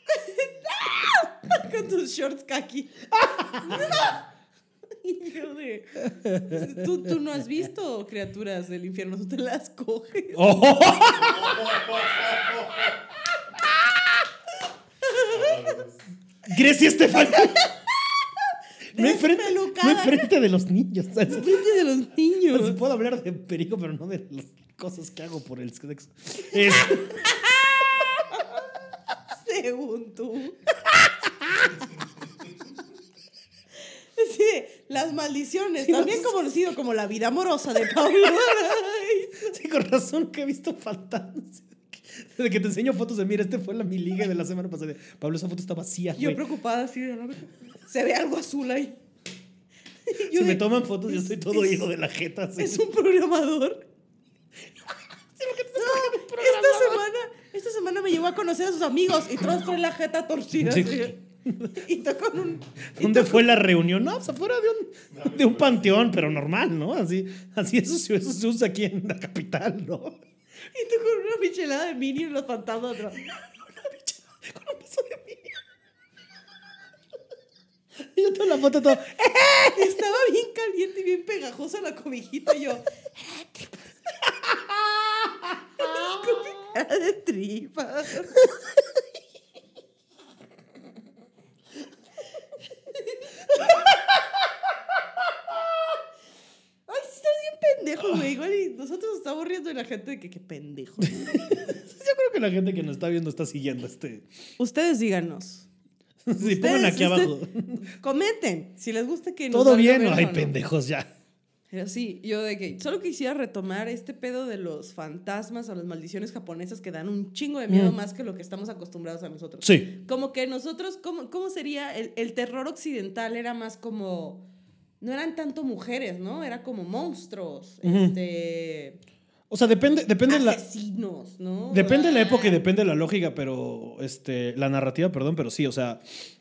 Speaker 1: Ya.
Speaker 2: Con tus shorts kaki. ¡No! Y yo de, ¿tú, tú no has visto criaturas del infierno, tú te las coges.
Speaker 1: Oh. Grecia Estefan. No enfrente, no
Speaker 2: Despelucada.
Speaker 1: enfrente de los niños. ¿Sabes?
Speaker 2: Frente de los niños.
Speaker 1: Sí puedo hablar de perico, pero no de las cosas que hago por el sexo. Es-
Speaker 2: Según tú. Sí, las maldiciones,
Speaker 1: Sí, no,
Speaker 2: también
Speaker 1: sí.
Speaker 2: conocido como la vida amorosa de Pablo. Ay,
Speaker 1: sí, con razón que he visto fantasmas. Desde que te enseño fotos de, mira, este fue la mi liga de la semana pasada. Pablo, esa foto está vacía,
Speaker 2: yo
Speaker 1: güey.
Speaker 2: preocupada así, ¿no? Se ve algo azul ahí.
Speaker 1: Si
Speaker 2: Yo
Speaker 1: me
Speaker 2: de,
Speaker 1: toman fotos, yo estoy todo
Speaker 2: es-
Speaker 1: hilo de la jeta. Así.
Speaker 2: es un programador. No, esta semana, esta semana me llevó a conocer a sus amigos y todos traen la jeta torcida.
Speaker 1: Sí.
Speaker 2: así. Y tú con un. y
Speaker 1: ¿Dónde
Speaker 2: tú
Speaker 1: fue la reunión? No, pues afuera de un, de un panteón, pero normal, ¿no? Así, así eso, se- eso se usa aquí en la capital, ¿no?
Speaker 2: Y tú con una michelada de mini en los fantasmas atrás.
Speaker 1: Con un vaso de Minion. Y yo toda la foto todo.
Speaker 2: Estaba bien caliente y bien pegajosa la cobijita. Y yo. Con mi cara de tripa. Ay, sí, estás bien pendejo, güey. Igual y nosotros nos estamos riendo de la gente de que qué pendejo.
Speaker 1: Yo creo que la gente que nos está viendo está siguiendo este.
Speaker 2: Ustedes díganos.
Speaker 1: Sí, pongan aquí
Speaker 2: Ustedes,
Speaker 1: abajo.
Speaker 2: Comenten si les gusta que nos
Speaker 1: ¿Todo
Speaker 2: valga
Speaker 1: bien?
Speaker 2: verga
Speaker 1: Ay,
Speaker 2: o no.
Speaker 1: pendejos, ya.
Speaker 2: Pero sí, yo de que solo quisiera retomar este pedo de los fantasmas o las maldiciones japonesas que dan un chingo de miedo
Speaker 1: Mm.
Speaker 2: más que lo que estamos acostumbrados a nosotros.
Speaker 1: Sí.
Speaker 2: Como que nosotros, ¿cómo, cómo sería? El, el terror occidental era más como... No eran tanto mujeres, ¿no? Era como monstruos,
Speaker 1: Ujú.
Speaker 2: este...
Speaker 1: O sea, depende, depende la.
Speaker 2: asesinos, ¿no?
Speaker 1: Depende de la época y
Speaker 2: Ah.
Speaker 1: depende de la lógica, pero. Este. La narrativa, perdón, pero sí, o sea.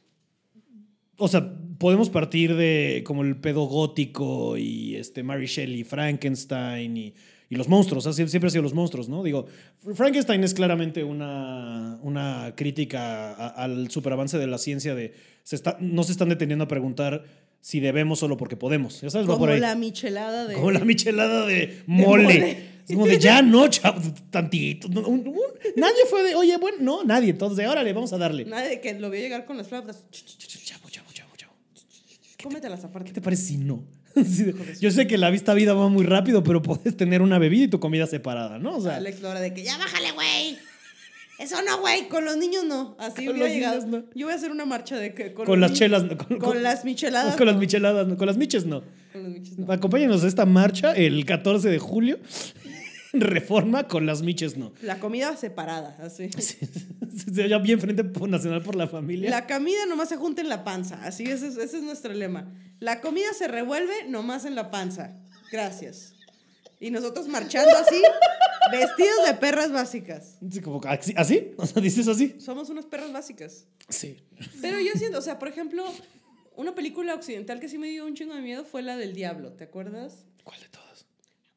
Speaker 1: O sea, podemos partir de como el pedo gótico y este Mary Shelley, Frankenstein y, y los monstruos. O sea, sie- siempre han sido los monstruos, ¿no? Digo, Frankenstein es claramente una, una crítica a- al superavance de la ciencia de se está, no se están deteniendo a preguntar si debemos solo porque podemos. Ya sabes, va
Speaker 2: Como
Speaker 1: por ahí.
Speaker 2: la michelada de...
Speaker 1: Como la michelada de mole.
Speaker 2: mole.
Speaker 1: Es como de ya no, chavos, tantito. No, un- un- nadie fue de, oye, bueno, no, nadie. Entonces, de, órale, vamos a darle.
Speaker 2: Nadie de que lo vio llegar con las flautas.
Speaker 1: Chavo, chavo, chavo, chavo.
Speaker 2: Cómetelas aparte.
Speaker 1: ¿Qué te parece si no? Sí, yo sé que la vista vida va muy rápido, pero puedes tener una bebida y tu comida separada, ¿no? O sea,
Speaker 2: Alex Lora de que ya bájale, güey. Eso no, güey. Con los niños no. Así
Speaker 1: Con
Speaker 2: hubiera
Speaker 1: los
Speaker 2: llegado.
Speaker 1: niños no.
Speaker 2: Yo voy a hacer una marcha de que
Speaker 1: con,
Speaker 2: los
Speaker 1: las
Speaker 2: niños-
Speaker 1: chelas, no, con,
Speaker 2: Con, las micheladas.
Speaker 1: con las
Speaker 2: no.
Speaker 1: micheladas, no, con las miches no.
Speaker 2: Con las miches no.
Speaker 1: Acompáñenos a esta marcha el catorce de julio. Reforma, con las miches no.
Speaker 2: La comida separada, así.
Speaker 1: Se ya bien frente por Nacional por la Familia.
Speaker 2: La comida nomás se junta en la panza. Así, ese es, ese es nuestro lema. La comida se revuelve nomás en la panza. Gracias. Y nosotros marchando así, vestidos de perras básicas.
Speaker 1: Sí, como, ¿así? ¿Así? O sea, ¿dices así?
Speaker 2: Somos unas perras básicas.
Speaker 1: Sí.
Speaker 2: Pero yo siento, o sea, por ejemplo, una película occidental que sí me dio un chingo de miedo fue la del Diablo, ¿te acuerdas?
Speaker 1: ¿Cuál de todas?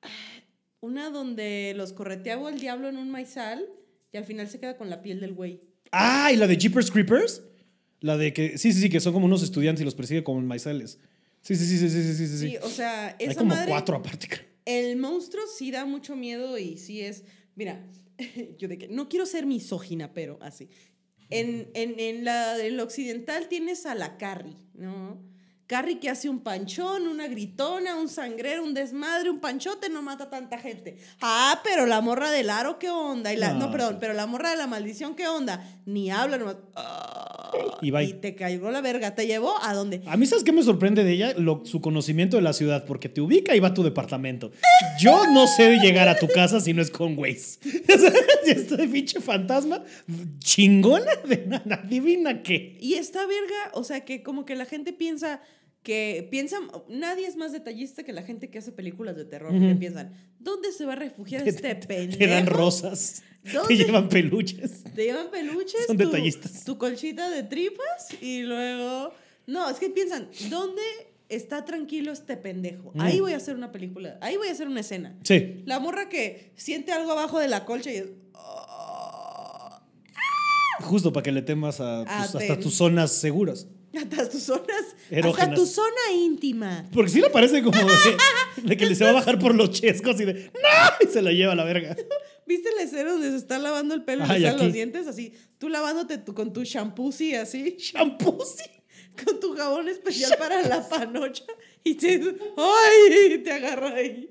Speaker 2: Una donde los correteaba el diablo en un maizal y al final se queda con la piel del güey.
Speaker 1: Ah, ¿y la de Jeepers Creepers? La de que, sí, sí, sí, que son como unos estudiantes y los persigue como en maizales. Sí, sí, sí, sí, sí, sí, sí, sí.
Speaker 2: Sí, o sea,
Speaker 1: Hay
Speaker 2: esa
Speaker 1: como
Speaker 2: madre...
Speaker 1: cuatro aparte, creo.
Speaker 2: El monstruo sí da mucho miedo y sí es... Mira, yo de que no quiero ser misógina, pero así. En, en, en la del occidental tienes a la Carrie, ¿no? Carrie que hace un panchón, una gritona, un sangrero, un desmadre, un panchote, no mata tanta gente. Ah, pero la morra del aro, ¿qué onda? Y la, no,
Speaker 1: No,
Speaker 2: perdón,
Speaker 1: sí.
Speaker 2: pero la morra de la maldición, ¿qué onda? Ni habla, nomás... ah,
Speaker 1: Y bye.
Speaker 2: y te cayó la verga. ¿Te llevó a dónde?
Speaker 1: A mí, ¿sabes qué me sorprende de ella? Lo- su conocimiento de la ciudad, porque te ubica y va a tu departamento. Yo no sé llegar a tu casa si no es con Waze. O sea, si este pinche fantasma, chingona de nada, adivina qué.
Speaker 2: Y esta verga, o sea, que como que la gente piensa que piensan, nadie es más detallista que la gente que hace películas de terror,
Speaker 1: Ujú.
Speaker 2: porque piensan, ¿dónde se va a refugiar este pendejo?
Speaker 1: Te dan rosas,
Speaker 2: ¿Dónde?
Speaker 1: te llevan peluches.
Speaker 2: Te llevan peluches,
Speaker 1: Son
Speaker 2: tu,
Speaker 1: detallistas.
Speaker 2: tu colchita de tripas y luego... No, es que piensan, ¿dónde está tranquilo este pendejo?
Speaker 1: Mm.
Speaker 2: Ahí voy a hacer una película, ahí voy a hacer una escena.
Speaker 1: Sí.
Speaker 2: La morra que siente algo abajo de la colcha y es... "Oh",
Speaker 1: Justo para que le temas a tus- hasta
Speaker 2: Aten-
Speaker 1: tus zonas seguras.
Speaker 2: hasta tus zonas, hasta
Speaker 1: Erógenas.
Speaker 2: tu zona íntima.
Speaker 1: Porque sí le parece como de, de que le se va a bajar por los chescos y de ¡no! Y se la lleva a la verga.
Speaker 2: ¿Viste la escena donde se está lavando el pelo y
Speaker 1: Ay,
Speaker 2: le salen
Speaker 1: aquí.
Speaker 2: los dientes? Así, tú lavándote tu- con tu shampoo, sí, así.
Speaker 1: Shampoo, sí.
Speaker 2: Con tu jabón especial para la panocha. Y te... ¡Ay! Te agarra ahí.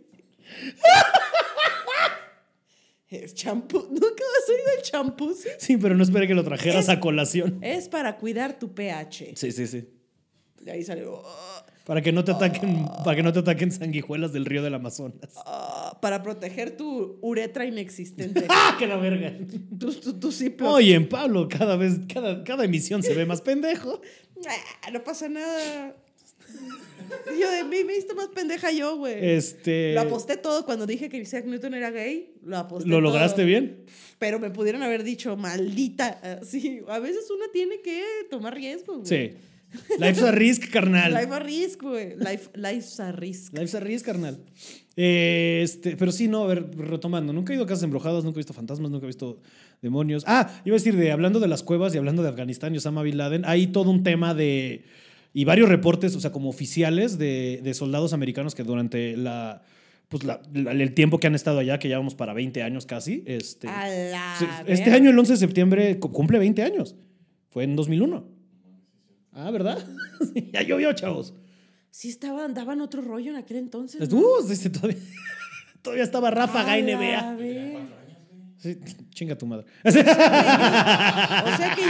Speaker 2: Es champú. ¿Nunca has oído el champú? Sí?
Speaker 1: Sí, pero no esperé que lo trajeras
Speaker 2: Es-
Speaker 1: a colación.
Speaker 2: Es para cuidar tu pH.
Speaker 1: Sí, sí, sí.
Speaker 2: De ahí sale... "Oh".
Speaker 1: Para que no te ataquen, para que no te ataquen sanguijuelas del río del Amazonas.
Speaker 2: Ah, para proteger tu uretra inexistente.
Speaker 1: ¡Ah, que la verga!
Speaker 2: tu, tu, tu Ziploc.
Speaker 1: Oye, en Pablo, cada vez, cada, cada emisión se ve más pendejo.
Speaker 2: Ah, no pasa nada. Yo de mí me hice más pendeja yo, güey.
Speaker 1: Este.
Speaker 2: Lo aposté todo cuando dije que Isaac Newton era gay. Lo aposté
Speaker 1: ¿Lo
Speaker 2: todo.
Speaker 1: lograste bien?
Speaker 2: Pero me pudieron haber dicho, maldita. Ah, sí, a veces uno tiene que tomar riesgos, güey.
Speaker 1: Sí. Life's a risk, carnal.
Speaker 2: Life a risk, güey. Life, life's a risk.
Speaker 1: Life's a risk, carnal. Eh, este, pero sí, no, a ver, retomando. Nunca he ido a casas embrujadas, nunca he visto fantasmas, nunca he visto demonios. Ah, iba a decir, de, hablando de las cuevas y hablando de Afganistán y Osama Bin Laden, hay todo un tema de. Y varios reportes, o sea, como oficiales de, de soldados americanos que durante la. Pues la- la- el tiempo que han estado allá, que ya vamos para veinte años casi. Este,
Speaker 2: A la
Speaker 1: Sí, Este
Speaker 2: verga.
Speaker 1: año, el once de septiembre, cu- cumple veinte años. Fue en dos mil uno. Ah, ¿verdad? Sí, ya llovió, chavos.
Speaker 2: Sí, estaba, andaban otro rollo en aquel entonces.
Speaker 1: Uh,
Speaker 2: ¿no?
Speaker 1: dice, todavía, todavía estaba Ráfaga
Speaker 2: A
Speaker 1: N
Speaker 2: la
Speaker 1: B A.
Speaker 2: ver-
Speaker 1: Sí, chinga tu madre.
Speaker 2: O sea que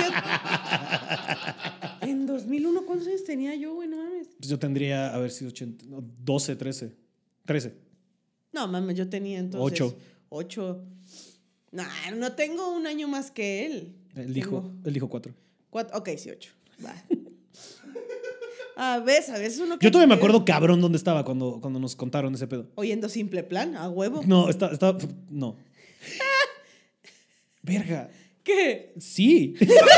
Speaker 2: yo. En dos mil uno, ¿cuántos años tenía yo, güey? No mames.
Speaker 1: Pues yo tendría, a ver si ochenta, no, doce, trece. trece.
Speaker 2: No mames, yo tenía entonces.
Speaker 1: Ocho.
Speaker 2: Ocho. No, no tengo un año más que él.
Speaker 1: Él dijo,
Speaker 2: Tengo
Speaker 1: él dijo cuatro.
Speaker 2: cuatro. Ok, sí, ocho. Va. A veces, a veces uno. que-
Speaker 1: Yo todavía me acuerdo cabrón dónde estaba cuando, cuando nos contaron ese pedo.
Speaker 2: Oyendo Simple Plan, a huevo.
Speaker 1: No, estaba, estaba, no. Verga.
Speaker 2: ¿Qué?
Speaker 1: Sí.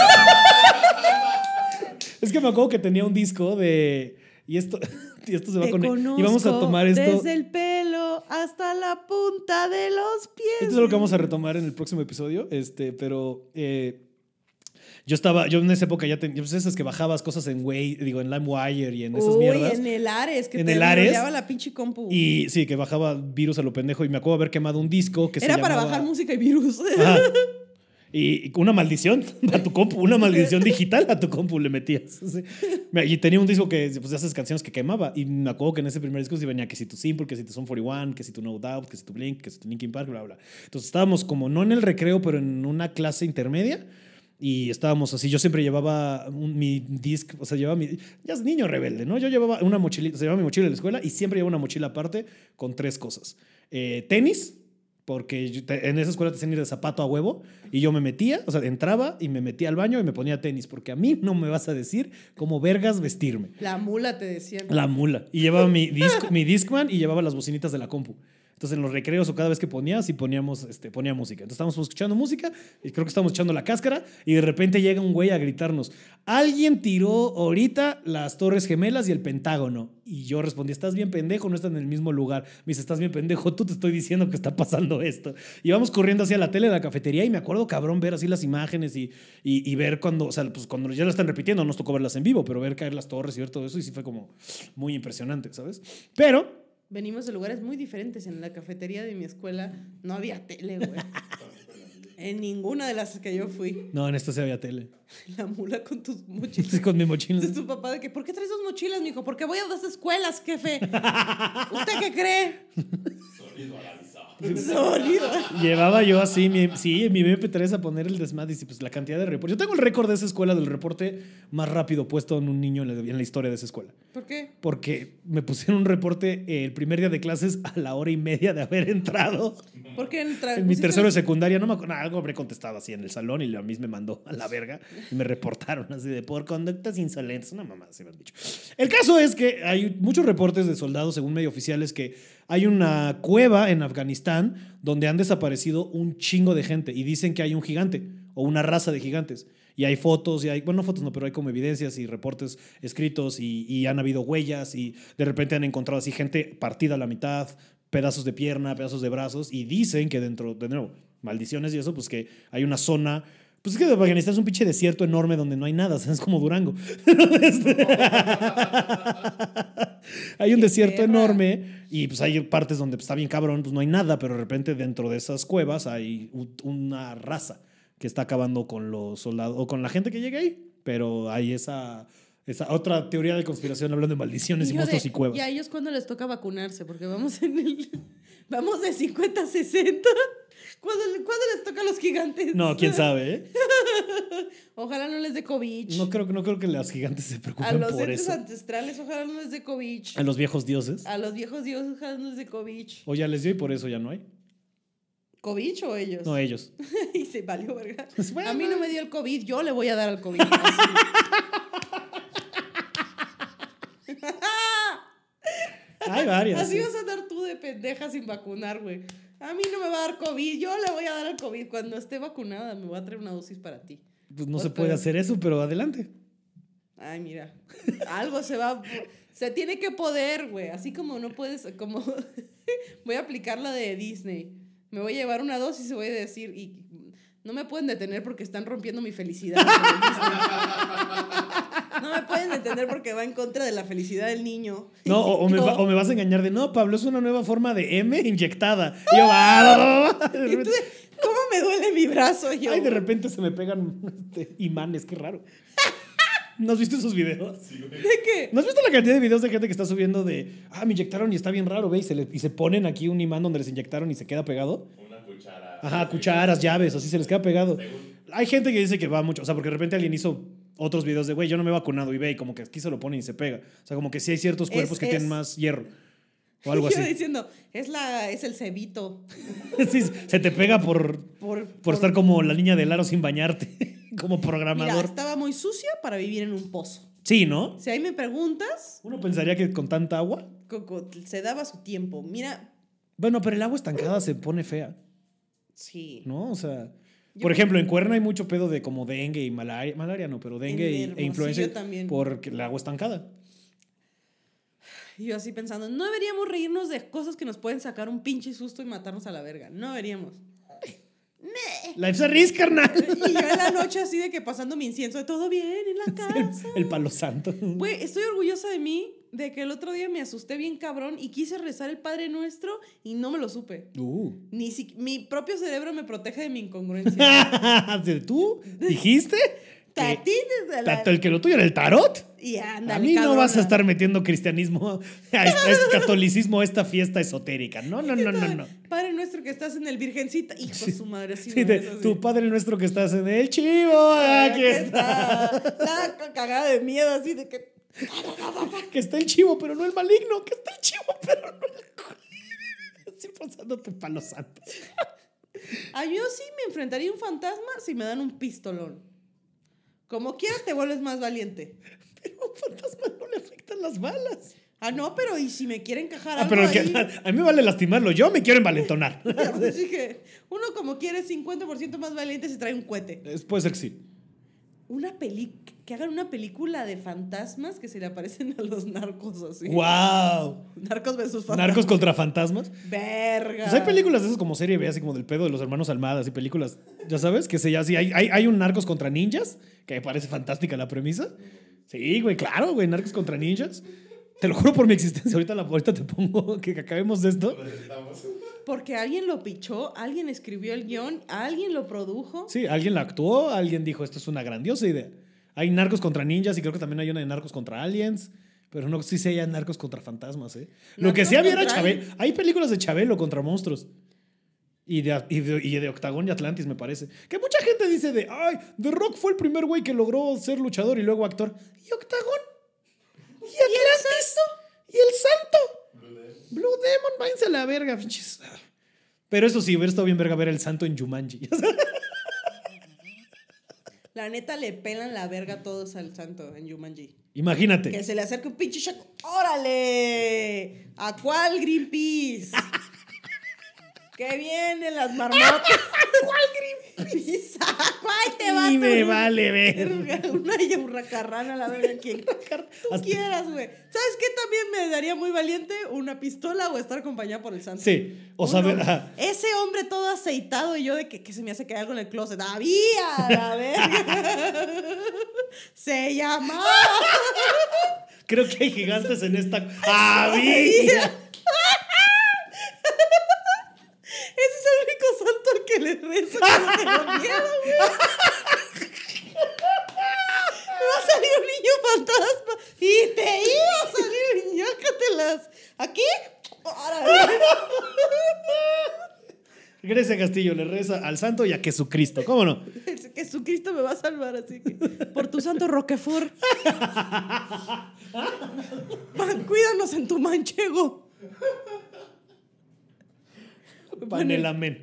Speaker 1: Es que me acuerdo que tenía un disco de. Y esto, y esto se va
Speaker 2: Te
Speaker 1: con.
Speaker 2: conozco
Speaker 1: Y vamos a tomar esto.
Speaker 2: desde el pelo hasta la punta de los pies.
Speaker 1: Esto es lo que vamos a retomar en el próximo episodio. Este, pero. eh, yo estaba. Yo en esa época ya tenía. Pues esas que bajabas cosas en Way, digo, en LimeWire y en esas
Speaker 2: Uy,
Speaker 1: mierdas.
Speaker 2: en el Ares, que
Speaker 1: En
Speaker 2: te
Speaker 1: el Ares.
Speaker 2: bloqueaba la pinche compu.
Speaker 1: Y sí, que bajaba virus a lo pendejo. Y me acuerdo haber quemado un disco que se
Speaker 2: Era para
Speaker 1: llamaba-
Speaker 2: bajar música y virus.
Speaker 1: Ajá. Y una maldición a tu compu, una maldición digital a tu compu le metías. Sí. Y tenía un disco que, pues, de esas canciones que quemaba. Y me acuerdo que en ese primer disco sí venía que si tu Simple, que si tu Sum cuarenta y uno, que si tu No Doubt, que si tu Blink, que si tu Linkin Park, bla, bla. Entonces estábamos como no en el recreo, pero en una clase intermedia. Y estábamos así, yo siempre llevaba un- mi disc, o sea, llevaba mi... Ya es niño rebelde, ¿no? Yo llevaba una mochilita, o sea, llevaba mi mochila a la escuela y siempre llevaba una mochila aparte con tres cosas. Eh, tenis, porque yo te- en esa escuela te hacían ir de zapato a huevo y yo me metía, o sea, entraba y me metía al baño y me ponía tenis, porque a mí no me vas a decir cómo vergas vestirme.
Speaker 2: La mula te decían.
Speaker 1: La mula. Y llevaba mi, disc, mi Discman y llevaba las bocinitas de la compu. Entonces en los recreos o cada vez que ponías, sí poníamos, este, ponía música. Entonces estábamos escuchando música y creo que estábamos echando la cáscara y de repente llega un güey a gritarnos, alguien tiró ahorita las Torres Gemelas y el Pentágono. Y yo respondí, estás bien pendejo, no están en el mismo lugar. Me dice, estás bien pendejo, tú te estoy diciendo que está pasando esto. Y vamos corriendo hacia la tele de la cafetería y me acuerdo, cabrón, ver así las imágenes y, y, y ver cuando, o sea, pues cuando ya lo están repitiendo, no nos tocó verlas en vivo, pero ver caer las torres y ver todo eso y sí fue como muy impresionante, ¿sabes? Pero...
Speaker 2: Venimos de lugares muy diferentes. En la cafetería de mi escuela no había tele, güey. En ninguna de las que yo fui.
Speaker 1: No, en esta sí había tele.
Speaker 2: La mula con tus mochilas.
Speaker 1: Sí, con mi mochila.
Speaker 2: Entonces tu papá de que, ¿por qué traes dos mochilas, mijo? Porque voy a dos escuelas, jefe. ¿Usted qué cree?
Speaker 3: Visualizado.
Speaker 2: Sonido.
Speaker 1: Llevaba yo así, mi, sí, mi M P tres a poner el desmadre y pues la cantidad de reportes. Yo tengo el récord de esa escuela del reporte más rápido puesto en un niño en la, en la historia de esa escuela.
Speaker 2: ¿Por qué?
Speaker 1: Porque me pusieron un reporte eh, el primer día de clases a la hora y media de haber entrado.
Speaker 2: Porque en,
Speaker 1: En mi tercero de secundaria, no me acuerdo, algo habré contestado así en el salón y a mí me mandó a la verga y me reportaron así de por conductas insolentes. Una mamá, se me han dicho. El caso es que hay muchos reportes de soldados, según medio oficiales, que hay una cueva en Afganistán donde han desaparecido un chingo de gente y dicen que hay un gigante o una raza de gigantes. Y hay fotos, y hay, bueno, no fotos no, pero hay como evidencias y reportes escritos y, y han habido huellas y de repente han encontrado así gente partida a la mitad, pedazos de pierna, pedazos de brazos y dicen que dentro, de nuevo, maldiciones y eso, pues que hay una zona, pues es que Afganistán es un pinche desierto enorme donde no hay nada, o sea, es como Durango. Hay un
Speaker 2: ¡Qué
Speaker 1: desierto
Speaker 2: perra!
Speaker 1: enorme y pues hay partes donde pues, está bien cabrón, pues no hay nada, pero de repente dentro de esas cuevas hay u- una raza que está acabando con los soldados o con la gente que llega ahí, pero hay esa, esa otra teoría de conspiración hablando de maldiciones y,
Speaker 2: Hijo
Speaker 1: monstruos
Speaker 2: de-
Speaker 1: y cuevas.
Speaker 2: ¿Y a ellos cuándo les toca vacunarse? Porque vamos en el... Vamos de cincuenta a sesenta. ¿Cuándo, ¿Cuándo les toca a los gigantes?
Speaker 1: No, quién sabe, ¿eh?
Speaker 2: Ojalá no les dé COVID.
Speaker 1: No creo, no creo que los gigantes se
Speaker 2: A
Speaker 1: preocupen
Speaker 2: los
Speaker 1: por
Speaker 2: entes
Speaker 1: eso.
Speaker 2: ancestrales, ojalá no les dé COVID.
Speaker 1: A los viejos dioses.
Speaker 2: A los viejos dioses, ojalá no les dé COVID.
Speaker 1: O ya les dio y por eso ya no hay.
Speaker 2: ¿COVID o ellos?
Speaker 1: No, ellos.
Speaker 2: Y se valió, verga.
Speaker 1: Pues bueno.
Speaker 2: A mí no me dio el COVID, yo le voy a dar al COVID.
Speaker 1: Hay varias.
Speaker 2: Así
Speaker 1: sí.
Speaker 2: vas a andar tú de pendeja sin vacunar, güey. A mí no me va a dar COVID, yo le voy a dar al COVID. Cuando esté vacunada, me voy a traer una dosis para ti.
Speaker 1: Pues no
Speaker 2: Pues,
Speaker 1: se puede
Speaker 2: pero-
Speaker 1: hacer eso, pero adelante.
Speaker 2: Ay, mira. Algo se va. Se tiene que poder, güey. Así como no puedes. Como. Voy a aplicar la de Disney. Me voy a llevar una dosis y voy a decir. Y no me pueden detener porque están rompiendo mi felicidad. No me pueden detener porque va en contra de la felicidad del niño.
Speaker 1: No, o, o me,
Speaker 2: Yo-
Speaker 1: va- o me vas a engañar de no, Pablo, es una nueva forma de M inyectada. Y yo, ah, de
Speaker 2: Y tú
Speaker 1: repente-
Speaker 2: de, ¿cómo me duele mi brazo? Y yo,
Speaker 1: ay, de repente se me pegan este, imanes, qué raro. ¿No has visto esos videos?
Speaker 3: Sí, güey.
Speaker 2: ¿de qué?
Speaker 1: ¿No has visto la cantidad de videos de gente que está subiendo de, ah, me inyectaron y está bien raro, ve? Y se, le- y se ponen aquí un imán donde les inyectaron y se queda pegado.
Speaker 3: Una cuchara.
Speaker 1: Ajá, cucharas, llaves, así se les queda pegado.
Speaker 3: Según-
Speaker 1: Hay gente que dice que va mucho, o sea, porque de repente alguien hizo otros videos de, güey, yo no me he vacunado y ve, y como que aquí se lo ponen y se pega. O sea, como que sí hay ciertos cuerpos
Speaker 2: Es-
Speaker 1: que
Speaker 2: es-
Speaker 1: tienen más hierro. O algo
Speaker 2: Y yo
Speaker 1: así.
Speaker 2: diciendo, es, la, es el cebito.
Speaker 1: Sí, se te pega por,
Speaker 2: Por,
Speaker 1: por estar como la niña del aro sin bañarte, como
Speaker 2: Mira,
Speaker 1: programador.
Speaker 2: estaba muy sucia para vivir en un pozo.
Speaker 1: Sí, ¿no?
Speaker 2: Si ahí me preguntas,
Speaker 1: Uno pensaría que con tanta agua.
Speaker 2: Coco, se daba su tiempo. Mira,
Speaker 1: Bueno, pero el agua estancada se pone fea,
Speaker 2: sí.
Speaker 1: ¿no? O sea,
Speaker 2: Yo
Speaker 1: por
Speaker 2: creo-
Speaker 1: ejemplo, en Cuerna hay mucho pedo de como dengue y malaria. Malaria no, pero dengue
Speaker 2: En
Speaker 1: y- e
Speaker 2: Hermosillo
Speaker 1: influenza
Speaker 2: también.
Speaker 1: porque el agua estancada.
Speaker 2: Y yo así pensando, no deberíamos reírnos de cosas que nos pueden sacar un pinche susto y matarnos a la verga. No deberíamos.
Speaker 1: Life's a risk, carnal.
Speaker 2: Y yo en la noche así de que pasando mi incienso de todo bien en la
Speaker 1: El,
Speaker 2: casa.
Speaker 1: el palo santo.
Speaker 2: Güey, estoy orgullosa de mí de que el otro día me asusté bien cabrón y quise rezar el Padre Nuestro y no me lo supe.
Speaker 1: Uh.
Speaker 2: Ni si, mi propio cerebro me protege de mi incongruencia.
Speaker 1: ¿Tú dijiste? que
Speaker 2: Tatín desde la...
Speaker 1: tanto el que lo tuyo era el tarot.
Speaker 2: Y ándale,
Speaker 1: A mí no
Speaker 2: cabrona.
Speaker 1: vas a estar metiendo cristianismo, a esta- a este catolicismo, a esta fiesta esotérica. No, no, no, no, no.
Speaker 2: Padre Nuestro que estás en el Virgencita. Hijo de su madre, así
Speaker 1: Sí,
Speaker 2: no
Speaker 1: de,
Speaker 2: es así.
Speaker 1: tu Padre Nuestro que estás en el chivo, aquí
Speaker 2: Aquí
Speaker 1: está.
Speaker 2: está. La cagada de miedo así de que...
Speaker 1: Que está el chivo, pero no el maligno. Que está el chivo, pero no el... Así pasando tu palo santo.
Speaker 2: Ah, yo sí me enfrentaría a un fantasma si me dan un pistolón. Como quiera te vuelves más valiente.
Speaker 1: Pero a un fantasma no le afectan las balas.
Speaker 2: Ah, no, pero ¿y si me quiere encajar
Speaker 1: Ah,
Speaker 2: algo
Speaker 1: pero que-
Speaker 2: ahí?
Speaker 1: a mí me vale lastimarlo. Yo me quiero envalentonar.
Speaker 2: Ya, pues dije, uno como quiere cincuenta por ciento más valiente si trae un cohete.
Speaker 1: Es- Puede ser que sí.
Speaker 2: Una peli que hagan una película de fantasmas que se le aparecen a los narcos así.
Speaker 1: ¡Wow!
Speaker 2: Narcos versus fantasmas.
Speaker 1: Narcos contra fantasmas.
Speaker 2: Verga.
Speaker 1: Pues hay películas de esas como serie B, así como del pedo de los hermanos Almada, y películas, ya sabes, que se llama así. Hay, hay, hay un Narcos contra ninjas, que me parece fantástica la premisa. Sí, güey, claro, güey, Narcos contra ninjas. Te lo juro por mi existencia. Ahorita, la, ahorita te pongo que acabemos de esto.
Speaker 3: Lo necesitamos.
Speaker 2: Porque alguien lo pichó, alguien escribió el guión, alguien lo produjo.
Speaker 1: Sí, alguien la actuó, alguien dijo, esto es una grandiosa idea. Hay Narcos contra ninjas y creo que también hay una de Narcos contra aliens. Pero no sí se hay narcos contra fantasmas, ¿eh? Lo que
Speaker 2: Narcos
Speaker 1: sí había era
Speaker 2: contra
Speaker 1: Chabelo.
Speaker 2: alguien.
Speaker 1: Hay películas de Chabelo contra monstruos. Y de, y, de, y de Octagón y Atlantis, me parece. Que mucha gente dice de, ay, The Rock fue el primer güey que logró ser luchador y luego actor. ¿Y Octagón? ¿Y Atlantis? ¿Y el Santo?
Speaker 3: Blue Demon.
Speaker 1: Blue Demon, váyanse a la verga, pinches. Pero eso sí, hubiera estado bien verga ver el Santo en Jumanji.
Speaker 2: La neta le pelan la verga a todos al santo en Jumanji.
Speaker 1: Imagínate.
Speaker 2: Que se le acerque un pinche chaco. ¡Órale! ¿A cuál Greenpeace? ¡Que vienen las marmotas! ¿Cuál Greenpeace? ¿A cuál te va a
Speaker 1: Y me
Speaker 2: turnar?
Speaker 1: vale ver.
Speaker 2: Una hurracarrana, la verga, quien tú
Speaker 1: Hasta-
Speaker 2: quieras, güey. ¿Sabes qué también me daría muy valiente? Una pistola o estar acompañada por el santo.
Speaker 1: Sí, o
Speaker 2: Un
Speaker 1: saber.
Speaker 2: hombre-
Speaker 1: Ajá.
Speaker 2: Ese hombre todo aceitado y yo de que, que se me hace caer algo en el closet. ¡Había! La verga. Se llamaba.
Speaker 1: Creo que hay gigantes en esta. ¡Había!
Speaker 2: Ese es el único santo al que le rezo cuando tengo miedo, güey. Me va a salir un niño fantasma y te iba a salir ñácatelas. ¿Aquí? Órale.
Speaker 1: Grecia Castillo le reza al santo y a Jesucristo. ¿Cómo no?
Speaker 2: Jesucristo me va a salvar, así que por tu santo Roquefort. Man, cuídanos en tu manchego.
Speaker 1: Panelamen.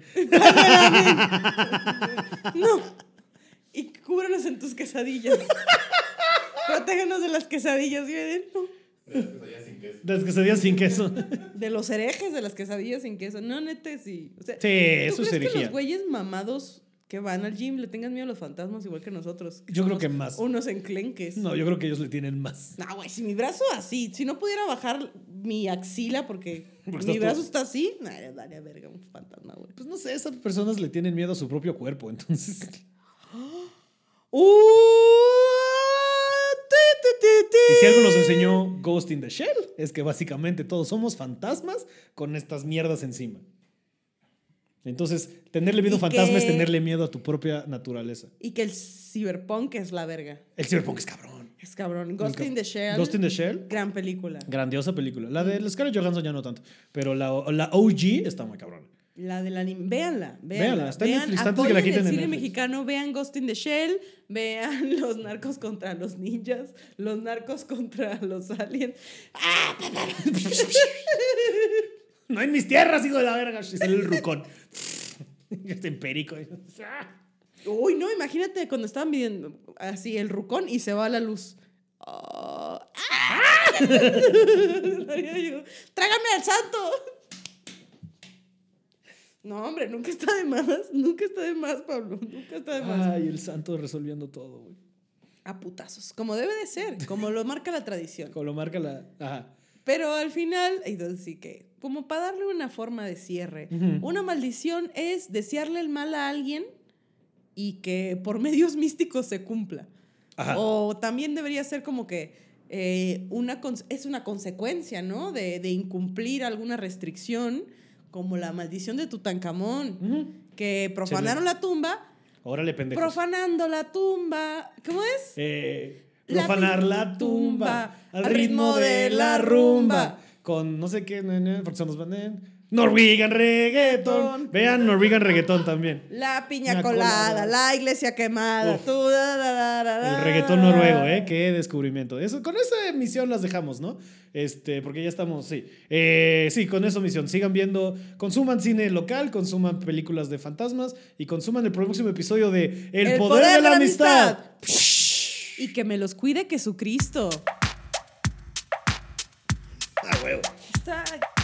Speaker 2: No. Y cúbranos en tus quesadillas. Protégenos de las quesadillas. ¿Sí? No.
Speaker 3: De las quesadillas sin queso.
Speaker 1: Las quesadillas sin queso.
Speaker 2: De los herejes de las quesadillas sin queso. No, neta, sí. O sea,
Speaker 1: Sí,
Speaker 2: ¿tú
Speaker 1: eso es
Speaker 2: crees que
Speaker 1: herejía.
Speaker 2: los güeyes mamados que van al gym le tengan miedo a los fantasmas igual que nosotros?
Speaker 1: Yo creo
Speaker 2: somos
Speaker 1: que más.
Speaker 2: Unos enclenques.
Speaker 1: No, yo creo que ellos le tienen más.
Speaker 2: No, güey, si mi brazo así, si no pudiera bajar mi axila porque,
Speaker 1: Porque
Speaker 2: mi
Speaker 1: estás
Speaker 2: brazo
Speaker 1: todo-
Speaker 2: está así, no, daría verga un fantasma, güey.
Speaker 1: Pues no sé, esas personas le tienen miedo a su propio cuerpo, entonces.
Speaker 2: ¡Uh! Ti, ti, ti, ti.
Speaker 1: Y si algo nos enseñó Ghost in the Shell, es que básicamente todos somos fantasmas con estas mierdas encima. Entonces, tenerle miedo a
Speaker 2: Y
Speaker 1: un fantasma
Speaker 2: que-
Speaker 1: es tenerle miedo a tu propia naturaleza.
Speaker 2: Y que el cyberpunk es la verga.
Speaker 1: El cyberpunk es cabrón.
Speaker 2: Es cabrón. Ghost in the Shell.
Speaker 1: Ghost in the Shell,
Speaker 2: Gran película.
Speaker 1: grandiosa película. La de Scarlett Johansson ya no tanto, pero la, la O G está muy cabrón.
Speaker 2: La del anime. Véanla, véanla.
Speaker 1: Véanla, está en
Speaker 2: Vean,
Speaker 1: Netflix, antes que la
Speaker 2: apoyen
Speaker 1: quiten
Speaker 2: el
Speaker 1: en
Speaker 2: cine
Speaker 1: Netflix.
Speaker 2: mexicano, vean Ghost in the Shell, vean los narcos contra los ninjas, los narcos contra los aliens. ¡Ah!
Speaker 1: No en mis tierras, hijo de la verga. Y sale el rucón. Este perico.
Speaker 2: Uy, no, imagínate cuando estaban viendo así el rucón y se va la luz. Oh, ¡ah! Daría yo, ¡trágame al santo! No, hombre, nunca está de más. Nunca está de más, Pablo. Nunca está de más.
Speaker 1: Ay, el santo resolviendo todo, güey.
Speaker 2: A putazos. Como debe de ser. Como lo marca la tradición.
Speaker 1: Como lo marca la. Ajá.
Speaker 2: Pero al final, entonces sí que, como para darle una forma de cierre,
Speaker 1: Ujú.
Speaker 2: una maldición es desearle el mal a alguien y que por medios místicos se cumpla.
Speaker 1: Ajá.
Speaker 2: O también debería ser como que eh, una cons- es una consecuencia, ¿no? De, de incumplir alguna restricción, como la maldición de Tutankamón,
Speaker 1: Ujú.
Speaker 2: que profanaron la tumba,
Speaker 1: Órale, pendejos.
Speaker 2: profanando la tumba. ¿Cómo es?
Speaker 1: Eh,
Speaker 2: La
Speaker 1: profanar la tumba al ritmo de la rumba. Con no sé qué, ne, ne, porque son los banderas. Norwegian Reggaeton. Vean Norwegian Reggaeton también.
Speaker 2: La piña
Speaker 1: Piña
Speaker 2: colada,
Speaker 1: colada.
Speaker 2: la iglesia quemada.
Speaker 1: Uf.
Speaker 2: Tú, da, da, da, da, da.
Speaker 1: El reggaetón noruego, ¿eh? Qué descubrimiento. Eso, con esa misión las dejamos, ¿no? Este, porque ya estamos, sí. Eh, sí, con esa misión. Sigan viendo, consuman cine local, consuman películas de fantasmas y consuman el próximo episodio de El, poder, de la, amistad.
Speaker 2: Y que me los cuide Jesucristo.
Speaker 1: Ah, huevo.
Speaker 2: Está